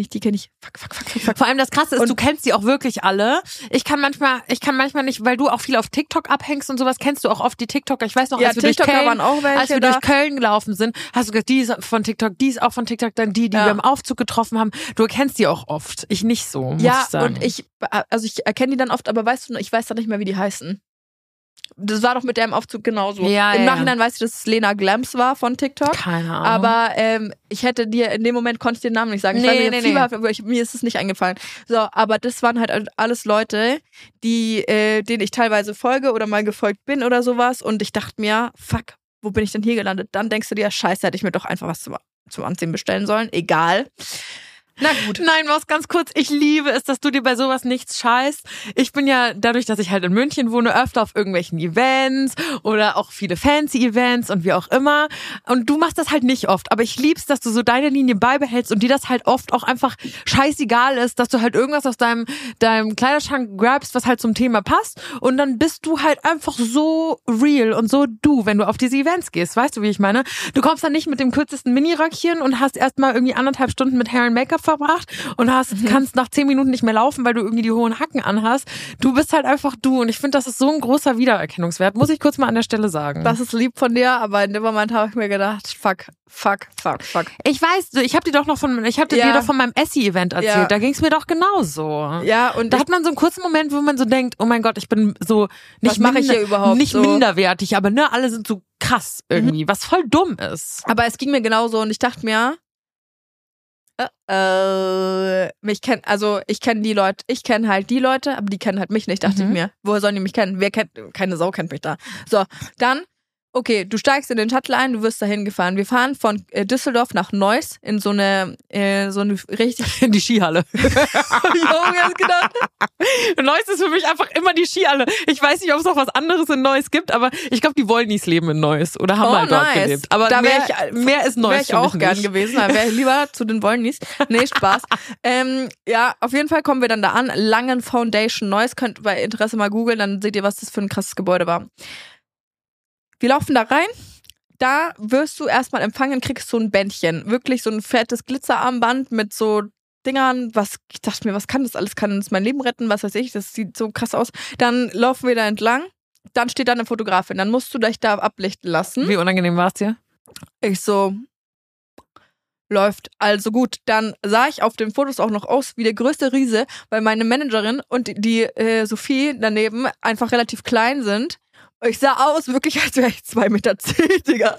Fuck. Vor allem das Krasse ist, du kennst die auch wirklich alle. Ich kann manchmal nicht, weil du auch viel auf TikTok abhängst und sowas, kennst du auch oft die TikToker. Ich weiß noch, als wir durch Köln gelaufen sind, hast du gesagt, die ist von TikTok, die ist auch von TikTok, dann die wir im Aufzug getroffen haben. Du erkennst die auch oft. Ich nicht so, muss ich sagen. Und ich erkenne die dann oft, aber weißt du, ich weiß dann nicht mehr, wie die heißen. Das war doch mit der im Aufzug genauso. Ja, Im Nachhinein weiß ich, dass es Lena Glams war von TikTok. Keine Ahnung. Aber ich hätte dir, in dem Moment konnte ich den Namen nicht sagen. Ich weiß nicht, aber mir ist es nicht eingefallen. So, aber das waren halt alles Leute, denen ich teilweise folge oder mal gefolgt bin oder sowas. Und ich dachte mir, fuck, wo bin ich denn hier gelandet? Dann denkst du dir, scheiße, hätte ich mir doch einfach was zum Anziehen bestellen sollen. Egal. Na gut. Nein, was ganz kurz. Ich liebe es, dass du dir bei sowas nichts scheißt. Ich bin ja, dadurch, dass ich halt in München wohne, öfter auf irgendwelchen Events oder auch viele fancy Events und wie auch immer. Und du machst das halt nicht oft. Aber ich lieb's, dass du so deine Linie beibehältst und dir das halt oft auch einfach scheißegal ist, dass du halt irgendwas aus deinem Kleiderschrank grabst, was halt zum Thema passt. Und dann bist du halt einfach so real und so du, wenn du auf diese Events gehst. Weißt du, wie ich meine? Du kommst dann nicht mit dem kürzesten Mini-Röckchen und hast erstmal irgendwie 1,5 Stunden mit Hair and Make-up verbracht und kannst nach 10 Minuten nicht mehr laufen, weil du irgendwie die hohen Hacken anhast. Du bist halt einfach du und ich finde, das ist so ein großer Wiedererkennungswert, muss ich kurz mal an der Stelle sagen. Das ist lieb von dir, aber in dem Moment habe ich mir gedacht, fuck. Ich weiß, ich habe dir doch von meinem Essie-Event erzählt, ja. Da ging es mir doch genauso. Ja, und da hat man so einen kurzen Moment, wo man so denkt, oh mein Gott, ich bin so nicht minderwertig, aber ne, alle sind so krass irgendwie, was voll dumm ist. Aber es ging mir genauso und ich dachte mir, ich kenne halt die Leute, aber die kennen halt mich nicht, dachte ich mir. Woher sollen die mich kennen? Keine Sau kennt mich da. So, dann, okay, du steigst in den Shuttle ein, du wirst dahin gefahren. Wir fahren von Düsseldorf nach Neuss in so eine richtig... In die Skihalle. Junge, gedacht. Neuss ist für mich einfach immer die Skihalle. Ich weiß nicht, ob es noch was anderes in Neuss gibt, aber ich glaube, die Wollnies leben in Neuss oder haben mal dort gelebt. Aber da mehr ist Neuss. Wäre ich auch gern gewesen, da wäre ich lieber zu den Wollnies. Nee, Spaß. Ja, auf jeden Fall kommen wir dann da an. Langen Foundation Neuss. Könnt bei Interesse mal googeln, dann seht ihr, was das für ein krasses Gebäude war. Wir laufen da rein, da wirst du erstmal empfangen, kriegst so ein Bändchen. Wirklich so ein fettes Glitzerarmband mit so Dingern, ich dachte mir, was kann das alles? Kann das mein Leben retten? Was weiß ich, das sieht so krass aus. Dann laufen wir da entlang, dann steht da eine Fotografin, dann musst du dich da ablichten lassen. Wie unangenehm war es dir? Ich so, läuft also gut. Dann sah ich auf den Fotos auch noch aus wie der größte Riese, weil meine Managerin und die Sophie daneben einfach relativ klein sind. Ich sah aus wirklich, als wäre ich 2,10 Meter, Digga.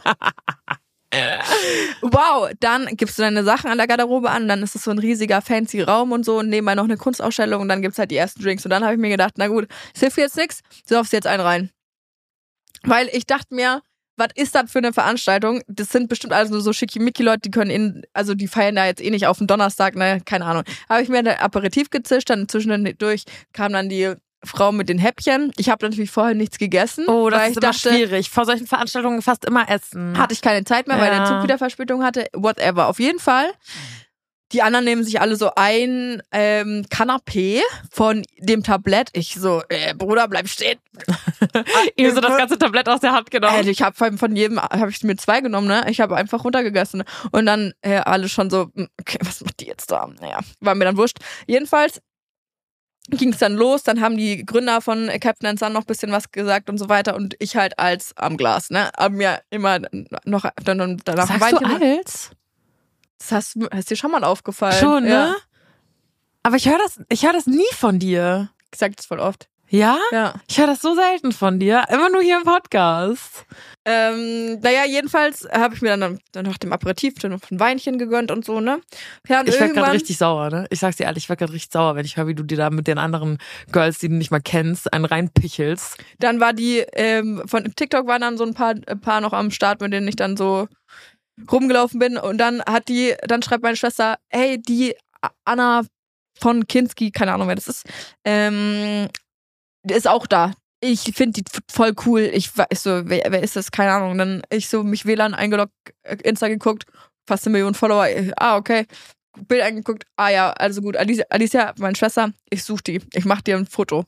Wow, dann gibst du deine Sachen an der Garderobe an, dann ist es so ein riesiger fancy Raum und so und nebenbei noch eine Kunstausstellung und dann gibt's halt die ersten Drinks. Und dann habe ich mir gedacht, na gut, es hilft jetzt nichts, du saufst jetzt einen rein. Weil ich dachte mir, was ist das für eine Veranstaltung? Das sind bestimmt alles nur so schickimicki-Leute, die feiern da jetzt eh nicht auf den Donnerstag, ne, keine Ahnung. Habe ich mir ein Aperitif gezischt, dann zwischendurch kam dann die Frau mit den Häppchen. Ich habe natürlich vorher nichts gegessen. Oh, das ist immer schwierig. Vor solchen Veranstaltungen fast immer essen. Hatte ich keine Zeit mehr, weil der Zug wieder Verspätung hatte. Whatever. Auf jeden Fall. Die anderen nehmen sich alle so ein Kanapé von dem Tablett. Ich so, Bruder, bleib stehen. Ihr so das ganze Tablett aus der Hand genommen. Ich habe von jedem, habe ich mir 2 genommen, ne? Ich habe einfach runtergegessen. Und dann alle schon so, okay, was macht die jetzt da? Naja, war mir dann wurscht. Jedenfalls ging es dann los, dann haben die Gründer von Captain & Son noch ein bisschen was gesagt und so weiter und ich halt als am Glas, ne? Haben mir immer noch dann danach Sagst du als? Das hast dir schon mal aufgefallen. Schon, ne? Ja. Aber ich höre das nie von dir. Ich sag das voll oft. Ja? Ja. Ich höre das so selten von dir. Immer nur hier im Podcast. Naja, jedenfalls habe ich mir dann nach dem Aperitif noch ein Weinchen gegönnt und so, ne? Ja, ich werde gerade richtig sauer, ne? Ich sag's dir ehrlich, ich werde gerade richtig sauer, wenn ich höre, wie du dir da mit den anderen Girls, die du nicht mal kennst, einen reinpichelst. Dann war von TikTok waren dann so ein paar noch am Start, mit denen ich dann so rumgelaufen bin. Und dann schreibt meine Schwester, hey, die Anna von Kinski, keine Ahnung, wer das ist, die ist auch da. Ich finde die voll cool. Ich so, wer ist das? Keine Ahnung. Dann ich so mich WLAN eingeloggt, Insta geguckt, fast 1 Million Follower. Okay. Bild angeguckt. Ja, also gut. Alicia, meine Schwester, ich suche die. Ich mache dir ein Foto.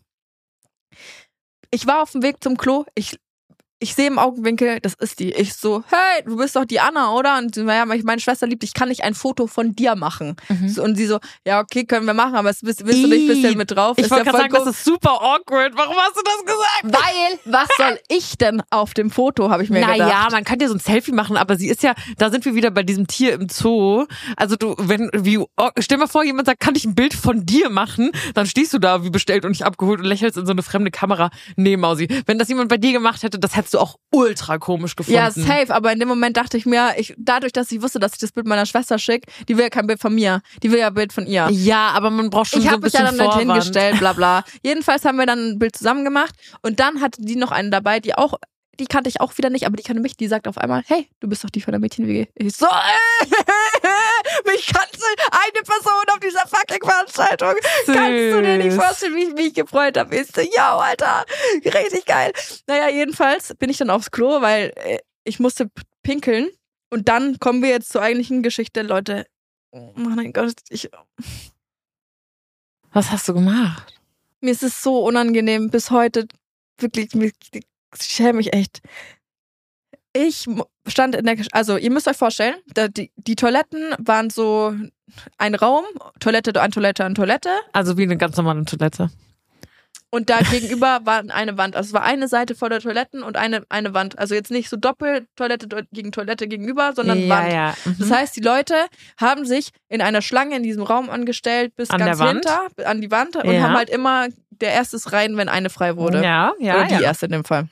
Ich war auf dem Weg zum Klo. Ich sehe im Augenwinkel, das ist die. Ich so, hey, du bist doch die Anna, oder? Und ja, meine Schwester liebt dich, kann ich ein Foto von dir machen? So, und sie so, ja, okay, können wir machen, aber willst du nicht ein bisschen mit drauf? Ich wollte gerade sagen, das ist super awkward. Warum hast du das gesagt? Weil, was soll ich denn auf dem Foto, habe ich mir gedacht. Naja, man könnte ja so ein Selfie machen, aber sie ist ja, da sind wir wieder bei diesem Tier im Zoo. Also stell mal vor, jemand sagt, kann ich ein Bild von dir machen? Dann stehst du da wie bestellt und nicht abgeholt und lächelst in so eine fremde Kamera. Nee, Mausi, wenn das jemand bei dir gemacht hätte, das hättest du auch ultra komisch gefunden. Ja, safe, aber in dem Moment dachte ich mir, dadurch, dass ich wusste, dass ich das Bild meiner Schwester schicke, die will ja kein Bild von mir, die will ja ein Bild von ihr. Ja, aber man braucht schon so ein bisschen Vorwand. Ich habe mich ja dann nicht hingestellt, bla bla. Jedenfalls haben wir dann ein Bild zusammen gemacht und dann hatte die noch eine dabei, die kannte ich auch wieder nicht, aber die kannte mich, die sagt auf einmal, hey, du bist doch die von der Mädchen-WG. Ich so, mich kannte eine Person auf dieser fucking Veranstaltung. Süß. Kannst du dir nicht vorstellen, wie ich mich gefreut habe? Ich so, ja, Alter, richtig geil. Naja, jedenfalls bin ich dann aufs Klo, weil ich musste pinkeln und dann kommen wir jetzt zur eigentlichen Geschichte, Leute. Oh mein Gott, Was hast du gemacht? Mir ist es so unangenehm bis heute, wirklich, ich schäme mich echt. Ich stand also ihr müsst euch vorstellen, die Toiletten waren so ein Raum, Toilette an Toilette an Toilette. Also wie eine ganz normale Toilette. Und da gegenüber war eine Wand. Also es war eine Seite voller Toiletten und eine Wand. Also jetzt nicht so doppelt Toilette gegen Toilette gegenüber, sondern Wand. Ja. Mhm. Das heißt, die Leute haben sich in einer Schlange in diesem Raum angestellt bis ganz hinter, an die Wand und haben halt immer, der erste ist rein, wenn eine frei wurde. Ja. Oder die erste in dem Fall.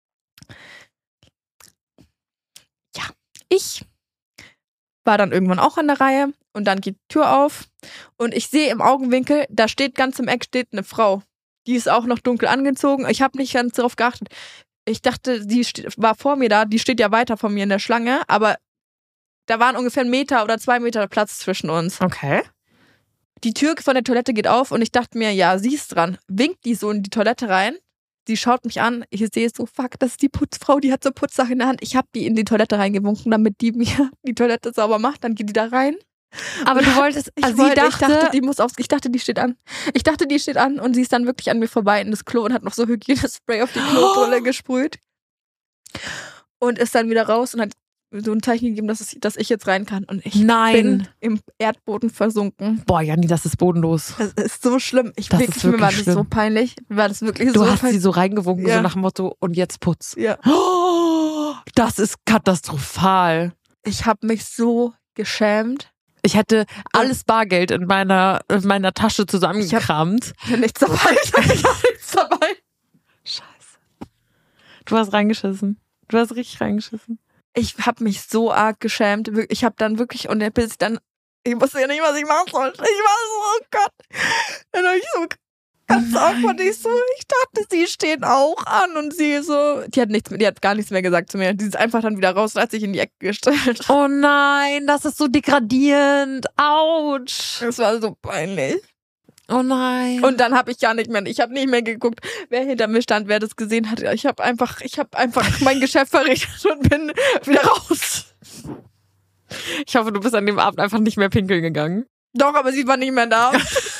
Ja, ich war dann irgendwann auch an der Reihe und dann geht die Tür auf und ich sehe im Augenwinkel, da steht ganz im Eck eine Frau. Die ist auch noch dunkel angezogen. Ich habe nicht ganz darauf geachtet. Ich dachte, die war vor mir da. Die steht ja weiter von mir in der Schlange. Aber da waren ungefähr 1 Meter oder 2 Meter Platz zwischen uns. Okay. Die Tür von der Toilette geht auf und ich dachte mir, ja, sie ist dran. Winkt die so in die Toilette rein. Sie schaut mich an. Ich sehe so, fuck, das ist die Putzfrau. Die hat so Putzsache in der Hand. Ich habe die in die Toilette reingewunken, damit die mir die Toilette sauber macht. Dann geht die da rein. Aber du wolltest, ich dachte, die steht an. Ich dachte, die steht an und sie ist dann wirklich an mir vorbei in das Klo und hat noch so Hygienespray auf die Klobrille gesprüht. Und ist dann wieder raus und hat so ein Zeichen gegeben, dass ich jetzt rein kann. Und ich bin im Erdboden versunken. Boah, Janni, das ist bodenlos. Das ist so schlimm. Mir war das so peinlich. Mir war das wirklich du hast sie so reingewunken, so nach dem Motto, und jetzt Putz. Ja. Oh, das ist katastrophal. Ich habe mich so geschämt. Ich hätte alles Bargeld in meiner Tasche zusammengekramt. Ich habe nichts dabei. Scheiße. Du hast reingeschissen. Du hast richtig reingeschissen. Ich habe mich so arg geschämt. Ich habe dann wirklich, und ich wusste ja nicht, was ich machen sollte. Ich war so, oh Gott. Dann habe ich so ganz awkward. Ich dachte, sie stehen auch an und sie so, die hat gar nichts mehr gesagt zu mir. Die ist einfach dann wieder raus und hat sich in die Ecke gestellt. Oh nein, das ist so degradierend. Autsch. Das war so peinlich. Oh nein. Und dann habe ich nicht mehr geguckt, wer hinter mir stand, wer das gesehen hat. Ich habe einfach mein Geschäft verrichtet und bin wieder raus. Ich hoffe, du bist an dem Abend einfach nicht mehr pinkeln gegangen. Doch, aber sie war nicht mehr da.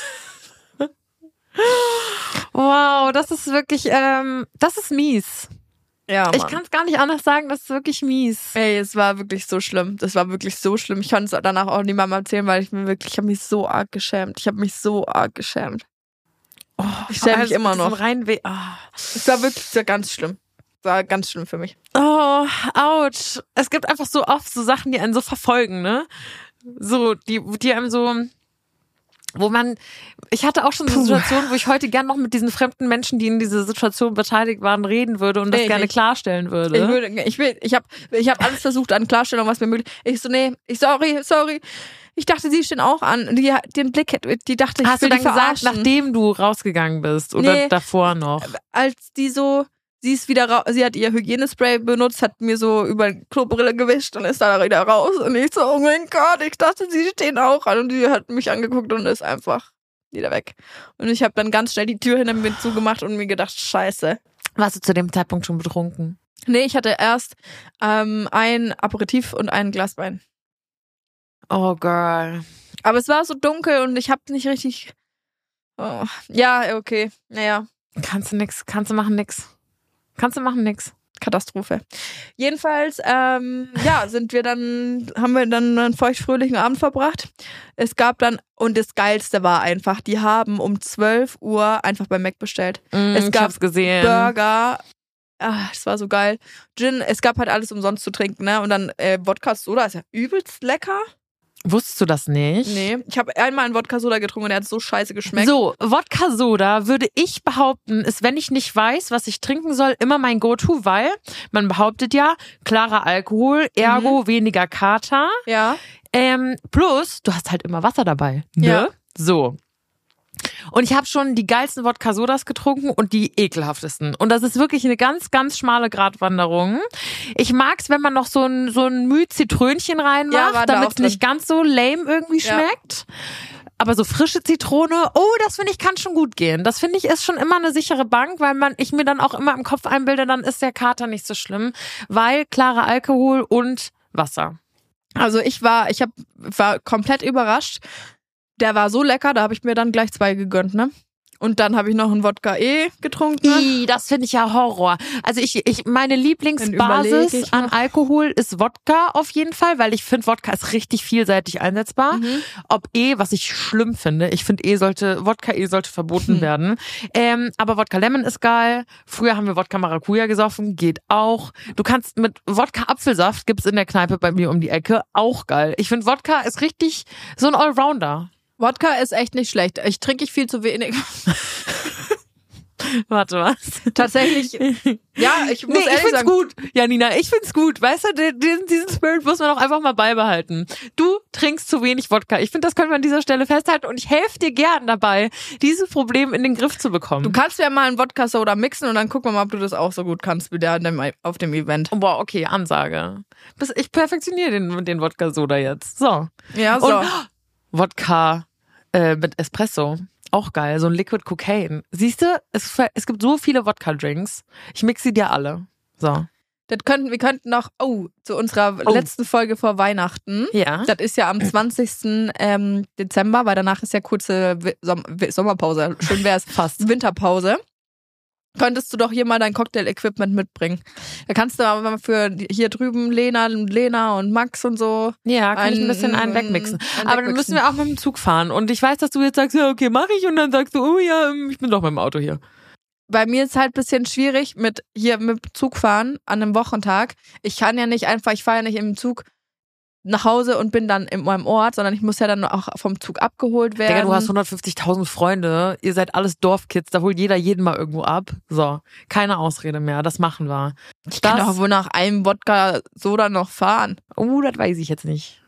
Wow, das ist wirklich, das ist mies. Ja, Mann. Ich kann es gar nicht anders sagen, das ist wirklich mies. Ey, es war wirklich so schlimm. Das war wirklich so schlimm. Ich konnte es danach auch niemandem erzählen, weil ich habe mich so arg geschämt. Oh, ich stelle mich immer noch. Es war wirklich ganz schlimm. War ganz schlimm für mich. Oh, ouch. Es gibt einfach so oft so Sachen, die einen so verfolgen, ne? So, die einem so, ich hatte auch schon so Situationen, wo ich heute gern noch mit diesen fremden Menschen, die in dieser Situation beteiligt waren, reden würde und das gerne klarstellen würde. Ich habe alles versucht an Klarstellung, was mir möglich ist. Ich so, sorry. Ich dachte, sie stehen auch an. Den Blick, die dachte, ich will die verarschen. Hast du dann gesagt, nachdem du rausgegangen bist oder davor noch? Als die so, sie hat ihr Hygienespray benutzt, hat mir so über die Klobrille gewischt und ist da wieder raus. Und ich so, oh mein Gott, ich dachte, sie stehen auch an. Und sie hat mich angeguckt und ist einfach wieder weg. Und ich habe dann ganz schnell die Tür hinter mir zugemacht und mir gedacht, scheiße. Warst du zu dem Zeitpunkt schon betrunken? Nee, ich hatte erst ein Aperitif und ein Glas Wein. Oh, girl. Aber es war so dunkel und ich hab nicht richtig... Oh. Ja, okay. Naja. Kannst du machen nix. Katastrophe. Jedenfalls, haben wir dann einen feuchtfröhlichen Abend verbracht. Es gab dann, und das Geilste war einfach, die haben um 12 Uhr einfach bei Mac bestellt. Es gab ich hab's gesehen. Burger. Es war so geil. Gin, es gab halt alles umsonst zu trinken, ne? Und dann Wodka Soda ist ja übelst lecker. Wusstest du das nicht? Nee, ich habe einmal einen Wodka-Soda getrunken und der hat so scheiße geschmeckt. So, Wodka-Soda würde ich behaupten, ist, wenn ich nicht weiß, was ich trinken soll, immer mein Go-To, weil man behauptet ja, klarer Alkohol, ergo weniger Kater. Ja. Plus, du hast halt immer Wasser dabei. Ne? Ja. So. Und ich habe schon die geilsten Wodka-Sodas getrunken und die ekelhaftesten. Und das ist wirklich eine ganz, ganz schmale Gratwanderung. Ich mag's, wenn man noch so ein Müh-Zitrönchen reinmacht, damit es nicht ganz so lame irgendwie schmeckt. Aber so frische Zitrone, das finde ich, kann schon gut gehen. Das finde ich ist schon immer eine sichere Bank, weil ich mir dann auch immer im Kopf einbilde, dann ist der Kater nicht so schlimm, weil klarer Alkohol und Wasser. Also ich war komplett überrascht. Der war so lecker, da habe ich mir dann gleich 2 gegönnt, ne? Und dann habe ich noch einen Wodka getrunken. Das finde ich ja Horror. Also meine Lieblingsbasis an Alkohol ist Wodka auf jeden Fall, weil ich finde, Wodka ist richtig vielseitig einsetzbar. Ob was ich schlimm finde. Ich finde Wodka sollte verboten werden. Aber Wodka Lemon ist geil. Früher haben wir Wodka Maracuja gesoffen, geht auch. Du kannst mit Wodka Apfelsaft, gibt's in der Kneipe bei mir um die Ecke, auch geil. Ich finde, Wodka ist richtig so ein Allrounder. Wodka ist echt nicht schlecht. Ich trinke viel zu wenig. Warte, was? Tatsächlich. Ja, ich muss ehrlich sagen. Gut. Ja, Nina, ich find's gut. Weißt du, diesen Spirit muss man auch einfach mal beibehalten. Du trinkst zu wenig Wodka. Ich finde, das können wir an dieser Stelle festhalten und ich helfe dir gern dabei, dieses Problem in den Griff zu bekommen. Du kannst ja mal einen Wodka-Soda mixen und dann gucken wir mal, ob du das auch so gut kannst wie der auf dem Event. Boah, okay, Ansage. Ich perfektioniere den Wodka-Soda jetzt. So. Ja, so. Und Wodka mit Espresso. Auch geil, so ein Liquid Cocaine. Siehst du, es gibt so viele Wodka-Drinks. Ich mixe sie dir alle. So. Wir könnten noch, zu unserer letzten Folge vor Weihnachten. Ja. Das ist ja am 20. Dezember, weil danach ist ja kurze Sommerpause. Schön wär's. Fast. Winterpause. Könntest du doch hier mal dein Cocktail-Equipment mitbringen. Da kannst du mal für hier drüben Lena und Max und so. Ja, kann ich ein bisschen einen wegmixen. Aber dann müssen wir auch mit dem Zug fahren. Und ich weiß, dass du jetzt sagst, ja, okay, mach ich. Und dann sagst du, oh ja, ich bin doch mit dem Auto hier. Bei mir ist halt ein bisschen schwierig mit Zug fahren an einem Wochentag. Ich fahre ja nicht im Zug nach Hause und bin dann in meinem Ort, sondern ich muss ja dann auch vom Zug abgeholt werden. Digga, du hast 150.000 Freunde, ihr seid alles Dorfkids, da holt jeder jeden mal irgendwo ab. So, keine Ausrede mehr, das machen wir. Ich kann doch wohl nach einem Wodka-Soda noch fahren. Das weiß ich jetzt nicht.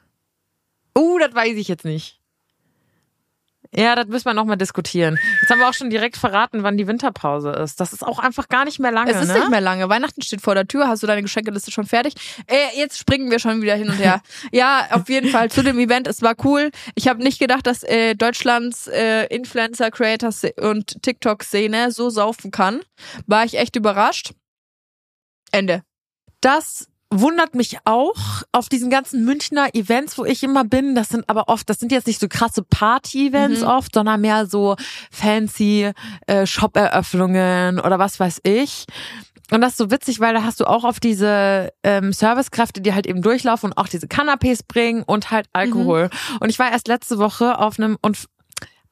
Ja, das müssen wir nochmal diskutieren. Jetzt haben wir auch schon direkt verraten, wann die Winterpause ist. Das ist auch einfach gar nicht mehr lange. Es ist nicht mehr lange. Weihnachten steht vor der Tür. Hast du deine Geschenkeliste schon fertig? Jetzt springen wir schon wieder hin und her. Ja, auf jeden Fall zu dem Event. Es war cool. Ich habe nicht gedacht, dass Deutschlands Influencer, Creators und TikTok-Szene so saufen kann. War ich echt überrascht. Ende. Das wundert mich auch auf diesen ganzen Münchner Events, wo ich immer bin. Das sind jetzt nicht so krasse Party-Events oft, sondern mehr so fancy Shop-Eröffnungen oder was weiß ich. Und das ist so witzig, weil da hast du auch auf diese Servicekräfte, die halt eben durchlaufen und auch diese Canapés bringen und halt Alkohol. Und ich war erst letzte Woche auf einem, und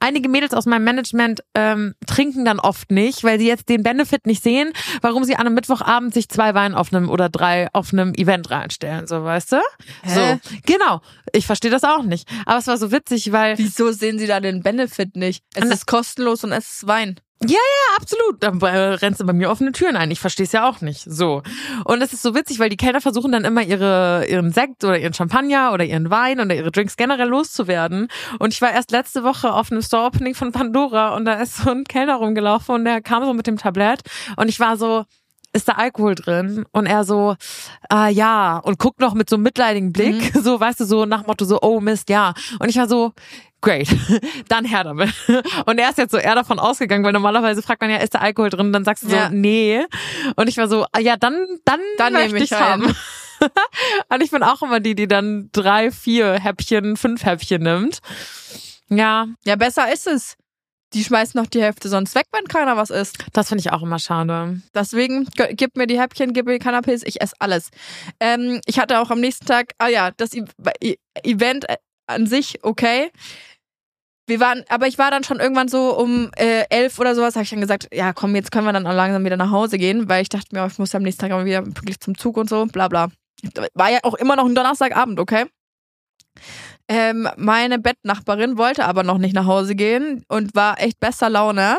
einige Mädels aus meinem Management trinken dann oft nicht, weil sie jetzt den Benefit nicht sehen, warum sie an einem Mittwochabend sich 2 Wein auf einem oder 3 auf einem Event reinstellen, so, weißt du? So, genau. Ich verstehe das auch nicht. Aber es war so witzig, weil... Wieso sehen sie da den Benefit nicht? Es ist kostenlos und es ist Wein. Ja, absolut. Dann rennst du bei mir offene Türen ein. Ich verstehe es ja auch nicht. So. Und es ist so witzig, weil die Kellner versuchen dann immer ihren Sekt oder ihren Champagner oder ihren Wein oder ihre Drinks generell loszuwerden. Und ich war erst letzte Woche auf einem Store-Opening von Pandora und da ist so ein Kellner rumgelaufen und der kam so mit dem Tablett und ich war so, ist da Alkohol drin? Und er so, ja, und guckt noch mit so einem mitleidigen Blick, so, weißt du, so nach Motto so, oh Mist, ja. Und ich war so, great, dann her damit. Und er ist jetzt so eher davon ausgegangen, weil normalerweise fragt man ja, ist da Alkohol drin? Dann sagst du so, nee. Und ich war so, ja, dann möchte ich haben. Und ich bin auch immer die dann 3, 4 Häppchen, 5 Häppchen nimmt. Ja. Ja, besser ist es. Die schmeißen noch die Hälfte sonst weg, wenn keiner was isst. Das finde ich auch immer schade. Deswegen, gib mir die Häppchen, gib mir die Canapés, ich esse alles. Ich hatte auch am nächsten Tag, das Event an sich, okay. Aber ich war dann schon irgendwann so um 11 oder sowas, habe ich dann gesagt, ja komm, jetzt können wir dann auch langsam wieder nach Hause gehen, weil ich dachte mir, ich muss ja am nächsten Tag mal wieder pünktlich zum Zug und so, bla bla. War ja auch immer noch ein Donnerstagabend, okay? Meine Bettnachbarin wollte aber noch nicht nach Hause gehen und war echt bester Laune.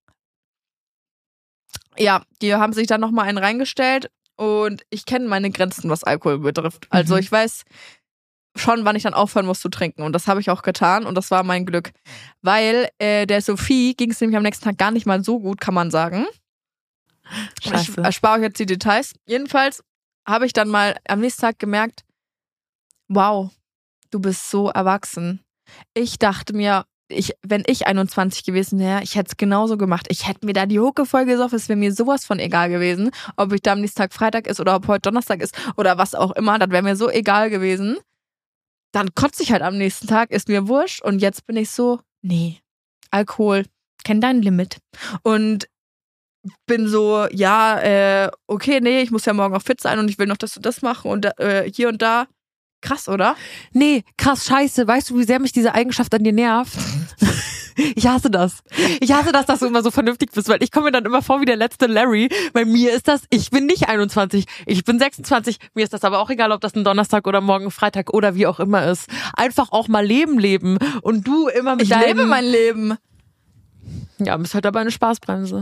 Ja, die haben sich dann nochmal einen reingestellt und ich kenne meine Grenzen, was Alkohol betrifft. Also ich weiß schon, wann ich dann aufhören muss zu trinken und das habe ich auch getan und das war mein Glück. Weil der Sophie ging es nämlich am nächsten Tag gar nicht mal so gut, kann man sagen. Scheiße. Ich erspare euch jetzt die Details. Jedenfalls habe ich dann mal am nächsten Tag gemerkt, wow, du bist so erwachsen. Ich dachte mir, wenn ich 21 gewesen wäre, ich hätte es genauso gemacht. Ich hätte mir da die Hucke voll gesoffen, es wäre mir sowas von egal gewesen, ob ich da am nächsten Tag Freitag ist oder ob heute Donnerstag ist oder was auch immer, das wäre mir so egal gewesen. Dann kotze ich halt am nächsten Tag, ist mir wurscht und jetzt bin ich so, nee, Alkohol, kenn dein Limit. Und bin so, okay, nee, ich muss ja morgen auch fit sein und ich will noch das und das machen und hier und da. Krass, oder? Nee, krass, scheiße. Weißt du, wie sehr mich diese Eigenschaft an dir nervt? Ich hasse das. Ich hasse das, dass du immer so vernünftig bist, weil ich komme mir dann immer vor wie der letzte Larry. Bei mir ist das, ich bin nicht 21, ich bin 26. Mir ist das aber auch egal, ob das ein Donnerstag oder morgen Freitag oder wie auch immer ist. Einfach auch mal leben. Und du immer mit Ich lebe mein Leben. Ja, bist halt aber eine Spaßbremse.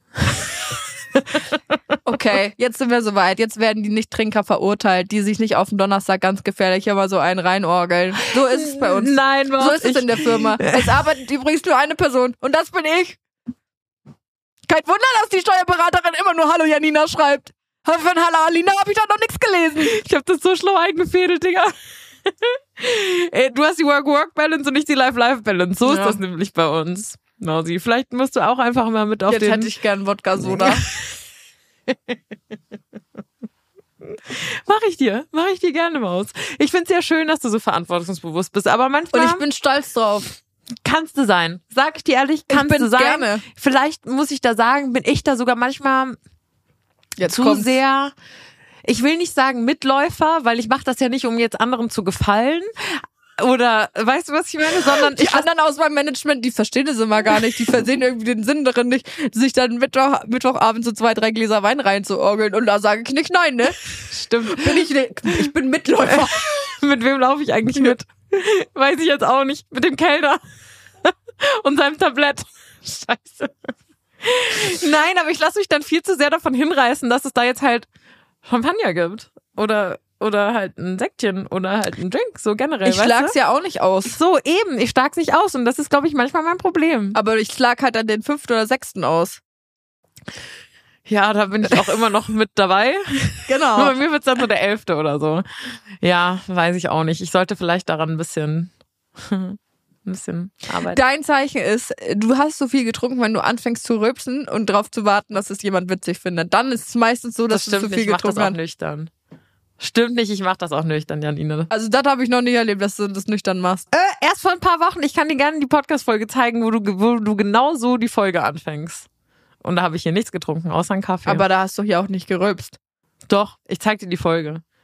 Okay, jetzt sind wir soweit. Jetzt werden die Nichttrinker verurteilt, die sich nicht auf den Donnerstag ganz gefährlich immer so einen reinorgeln. So ist es bei uns. Nein, so ist es in der Firma. Es arbeitet übrigens nur eine Person und das bin ich. Kein Wunder, dass die Steuerberaterin immer nur Hallo Janina schreibt. Von Hallo Alina habe ich da noch nichts gelesen. Ich habe das so schlau eingefädelt, Digga. Du hast die Work-Work-Balance und nicht die Life-Life-Balance. So ist das nämlich bei uns. Nausi, vielleicht musst du auch einfach mal mit auf Jetzt hätte ich gern Wodka-Soda. Mach ich dir gerne, Maus. Ich find's ja schön, dass du so verantwortungsbewusst bist, aber manchmal... Und ich bin stolz drauf. Kannst du sein. Sag ich dir ehrlich, kannst du sein. Gerne. Vielleicht muss ich da sagen, bin ich da sogar manchmal jetzt zu sehr... Ich will nicht sagen Mitläufer, weil ich mache das ja nicht, um jetzt anderen zu gefallen. Oder, weißt du, was ich meine? Sondern die anderen aus meinem Management, die verstehen das immer gar nicht. Die versehen irgendwie den Sinn darin nicht, sich dann Mittwochabend so 2, 3 Gläser Wein reinzuorgeln. Und da sage ich nicht nein, ne? Stimmt. Ich bin Mitläufer. Mit wem laufe ich eigentlich mit? Weiß ich jetzt auch nicht. Mit dem Kellner. Und seinem Tablett. Scheiße. Nein, aber ich lasse mich dann viel zu sehr davon hinreißen, dass es da jetzt halt Champagner gibt. Oder halt ein Säckchen oder halt ein Drink, so generell. Ich schlag's ja auch nicht aus. So, eben, ich schlag's nicht aus und das ist, glaube ich, manchmal mein Problem. Aber ich schlag halt dann den 5. oder 6. aus. Ja, da bin ich auch immer noch mit dabei. Genau. Bei mir wird's dann so der 11. oder so. Ja, weiß ich auch nicht. Ich sollte vielleicht daran ein bisschen arbeiten. Dein Zeichen ist, du hast so viel getrunken, wenn du anfängst zu rülpsen und darauf zu warten, dass es jemand witzig findet. Dann ist es meistens so, dass du zu viel getrunken hast. Ich mach das auch nüchtern. Stimmt nicht, ich mach das auch nüchtern, Janine. Also das habe ich noch nicht erlebt, dass du das nüchtern machst. Erst vor ein paar Wochen. Ich kann dir gerne die Podcast-Folge zeigen, wo du genau so die Folge anfängst. Und da habe ich hier nichts getrunken, außer einen Kaffee. Aber da hast du hier auch nicht gerülpst. Doch, ich zeig dir die Folge.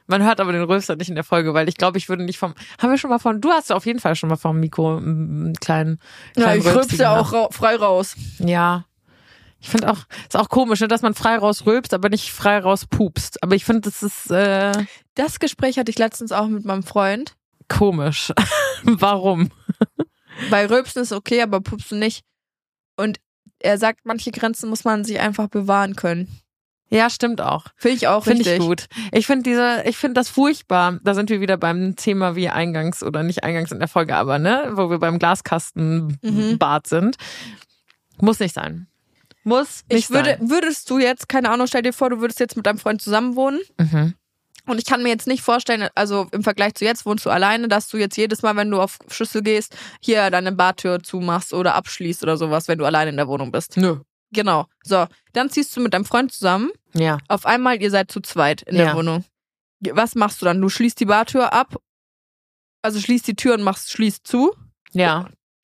Man hört aber den Rülpser nicht in der Folge, weil ich glaube, ich würde nicht du hast auf jeden Fall schon mal vom Mikro einen kleinen Ja, ich rülpse ja auch frei raus. Ja. Ich finde auch, ist auch komisch, ne, dass man frei raus rülpst, aber nicht frei raus pupst. Aber ich finde, das ist, Das Gespräch hatte ich letztens auch mit meinem Freund. Komisch. Warum? Bei Rülpsen ist okay, aber Pupsen nicht. Und er sagt, manche Grenzen muss man sich einfach bewahren können. Ja, stimmt auch. Finde ich auch richtig. Finde ich gut. Ich finde das furchtbar. Da sind wir wieder beim Thema wie eingangs oder nicht eingangs in der Folge, aber ne, wo wir beim Glaskastenbad sind. Muss nicht sein. Muss nicht sein. Würdest du jetzt, keine Ahnung, stell dir vor, du würdest jetzt mit deinem Freund zusammenwohnen. Und ich kann mir jetzt nicht vorstellen, also im Vergleich zu jetzt wohnst du alleine, dass du jetzt jedes Mal, wenn du auf Schüssel gehst, hier deine Badtür zumachst oder abschließt oder sowas, wenn du alleine in der Wohnung bist. Nö. Genau. So, dann ziehst du mit deinem Freund zusammen. Ja. Auf einmal, ihr seid zu zweit in der Wohnung. Was machst du dann? Du schließt die Badtür ab, also schließt die Tür und schließt zu. Ja.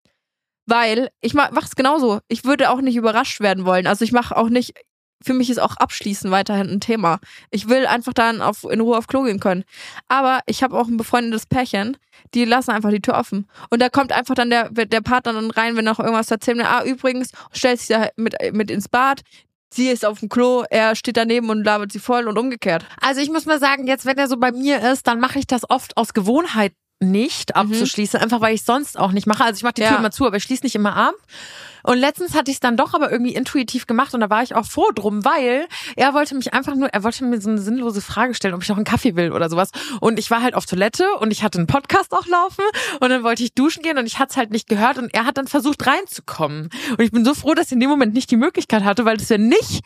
Weil, ich mach's genauso. Ich würde auch nicht überrascht werden wollen. Also ich mache auch nicht, für mich ist auch Abschließen weiterhin ein Thema. Ich will einfach dann in Ruhe auf Klo gehen können. Aber ich habe auch ein befreundetes Pärchen, die lassen einfach die Tür offen. Und da kommt einfach dann der Partner dann rein, wenn noch irgendwas erzählt. Übrigens, stellt sich da mit ins Bad. Sie ist auf dem Klo, er steht daneben und labert sie voll und umgekehrt. Also ich muss mal sagen, jetzt wenn er so bei mir ist, dann mache ich das oft aus Gewohnheit nicht abzuschließen, einfach weil ich sonst auch nicht mache. Also ich mache die Tür immer zu, aber ich schließe nicht immer ab. Und letztens hatte ich es dann doch aber irgendwie intuitiv gemacht und da war ich auch froh drum, weil er wollte mir so eine sinnlose Frage stellen, ob ich noch einen Kaffee will oder sowas. Und ich war halt auf Toilette und ich hatte einen Podcast auch laufen und dann wollte ich duschen gehen und ich hatte es halt nicht gehört und er hat dann versucht reinzukommen. Und ich bin so froh, dass ich in dem Moment nicht die Möglichkeit hatte, weil das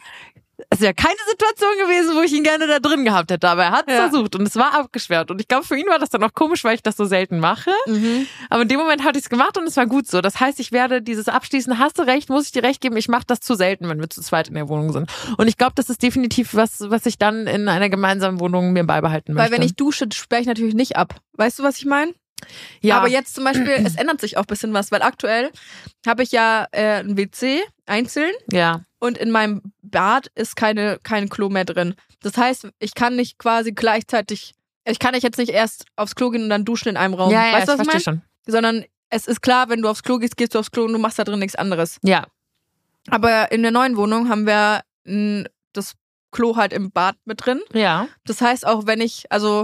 es wäre keine Situation gewesen, wo ich ihn gerne da drin gehabt hätte, aber er hat es versucht und es war abgesperrt. Und ich glaube, für ihn war das dann auch komisch, weil ich das so selten mache. Aber in dem Moment hatte ich es gemacht und es war gut so. Das heißt, ich werde dieses Abschließen, hast du recht, muss ich dir recht geben, ich mache das zu selten, wenn wir zu zweit in der Wohnung sind. Und ich glaube, das ist definitiv was ich dann in einer gemeinsamen Wohnung mir beibehalten möchte. Weil wenn ich dusche, sperre ich natürlich nicht ab. Weißt du, was ich meine? Ja. Aber jetzt zum Beispiel, es ändert sich auch ein bisschen was, weil aktuell habe ich ja ein WC einzeln. Ja. Und in meinem Bad ist kein Klo mehr drin. Das heißt, ich kann nicht quasi gleichzeitig, ich kann jetzt nicht erst aufs Klo gehen und dann duschen in einem Raum. Ja, weißt du, was ich meine? schon. Sondern es ist klar, wenn du aufs Klo gehst, gehst du aufs Klo und du machst da drin nichts anderes. Ja. Aber in der neuen Wohnung haben wir das Klo halt im Bad mit drin. Ja. Das heißt auch, ich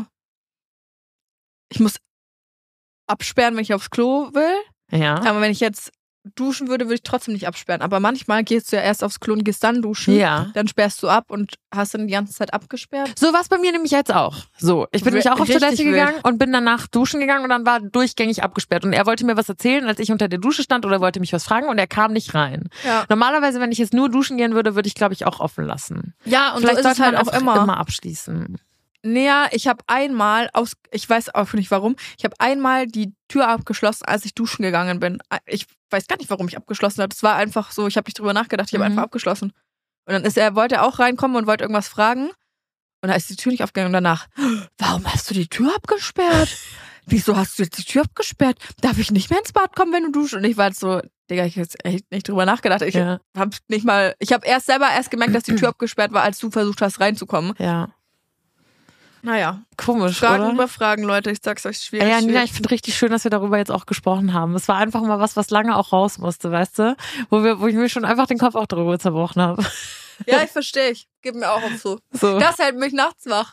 muss absperren, wenn ich aufs Klo will. Ja. Aber wenn ich jetzt duschen würde ich trotzdem nicht absperren. Aber manchmal gehst du ja erst aufs Klo und gehst dann duschen. Ja. Dann sperrst du ab und hast dann die ganze Zeit abgesperrt. So war es bei mir nämlich jetzt auch. So, ich bin nämlich auch auf Toilette gegangen und bin danach duschen gegangen und dann war durchgängig abgesperrt. Und er wollte mir was erzählen, als ich unter der Dusche stand oder wollte mich was fragen und er kam nicht rein. Ja. Normalerweise, wenn ich jetzt nur duschen gehen würde ich, glaube ich, auch offen lassen. Ja, und vielleicht so ist es halt auch immer abschließen. Naja, ich habe einmal, ich weiß auch nicht warum, ich habe einmal die Tür abgeschlossen, als ich duschen gegangen bin. Ich weiß gar nicht, warum ich abgeschlossen habe. Es war einfach so, ich habe nicht drüber nachgedacht, ich habe einfach abgeschlossen. Und dann wollte er auch reinkommen und wollte irgendwas fragen. Und da ist die Tür nicht aufgegangen. Und danach, warum hast du die Tür abgesperrt? Wieso hast du jetzt die Tür abgesperrt? Darf ich nicht mehr ins Bad kommen, wenn du duschst? Und ich war halt so, Digga, ich habe jetzt echt nicht drüber nachgedacht. Ich habe selber erst gemerkt, dass die Tür abgesperrt war, als du versucht hast, reinzukommen. Ja. Naja. Komisch, Fragen oder? über Fragen, Leute. Ich sag's euch, schwierig. Ja, Nina, ich finde richtig schön, dass wir darüber jetzt auch gesprochen haben. Es war einfach mal was lange auch raus musste, weißt du? Wo ich mir schon einfach den Kopf auch darüber zerbrochen habe. Ja, ich verstehe. Gib mir auch so. Das hält mich nachts wach.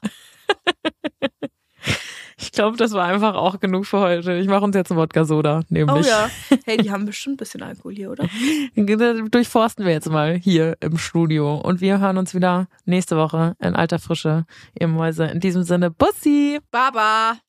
Ich glaube, das war einfach auch genug für heute. Ich mache uns jetzt einen Wodka-Soda, nämlich. Oh ja. Hey, die haben bestimmt ein bisschen Alkohol hier, oder? Durchforsten wir jetzt mal hier im Studio. Und wir hören uns wieder nächste Woche in alter Frische, ihr Mäuse. In diesem Sinne, Bussi! Baba!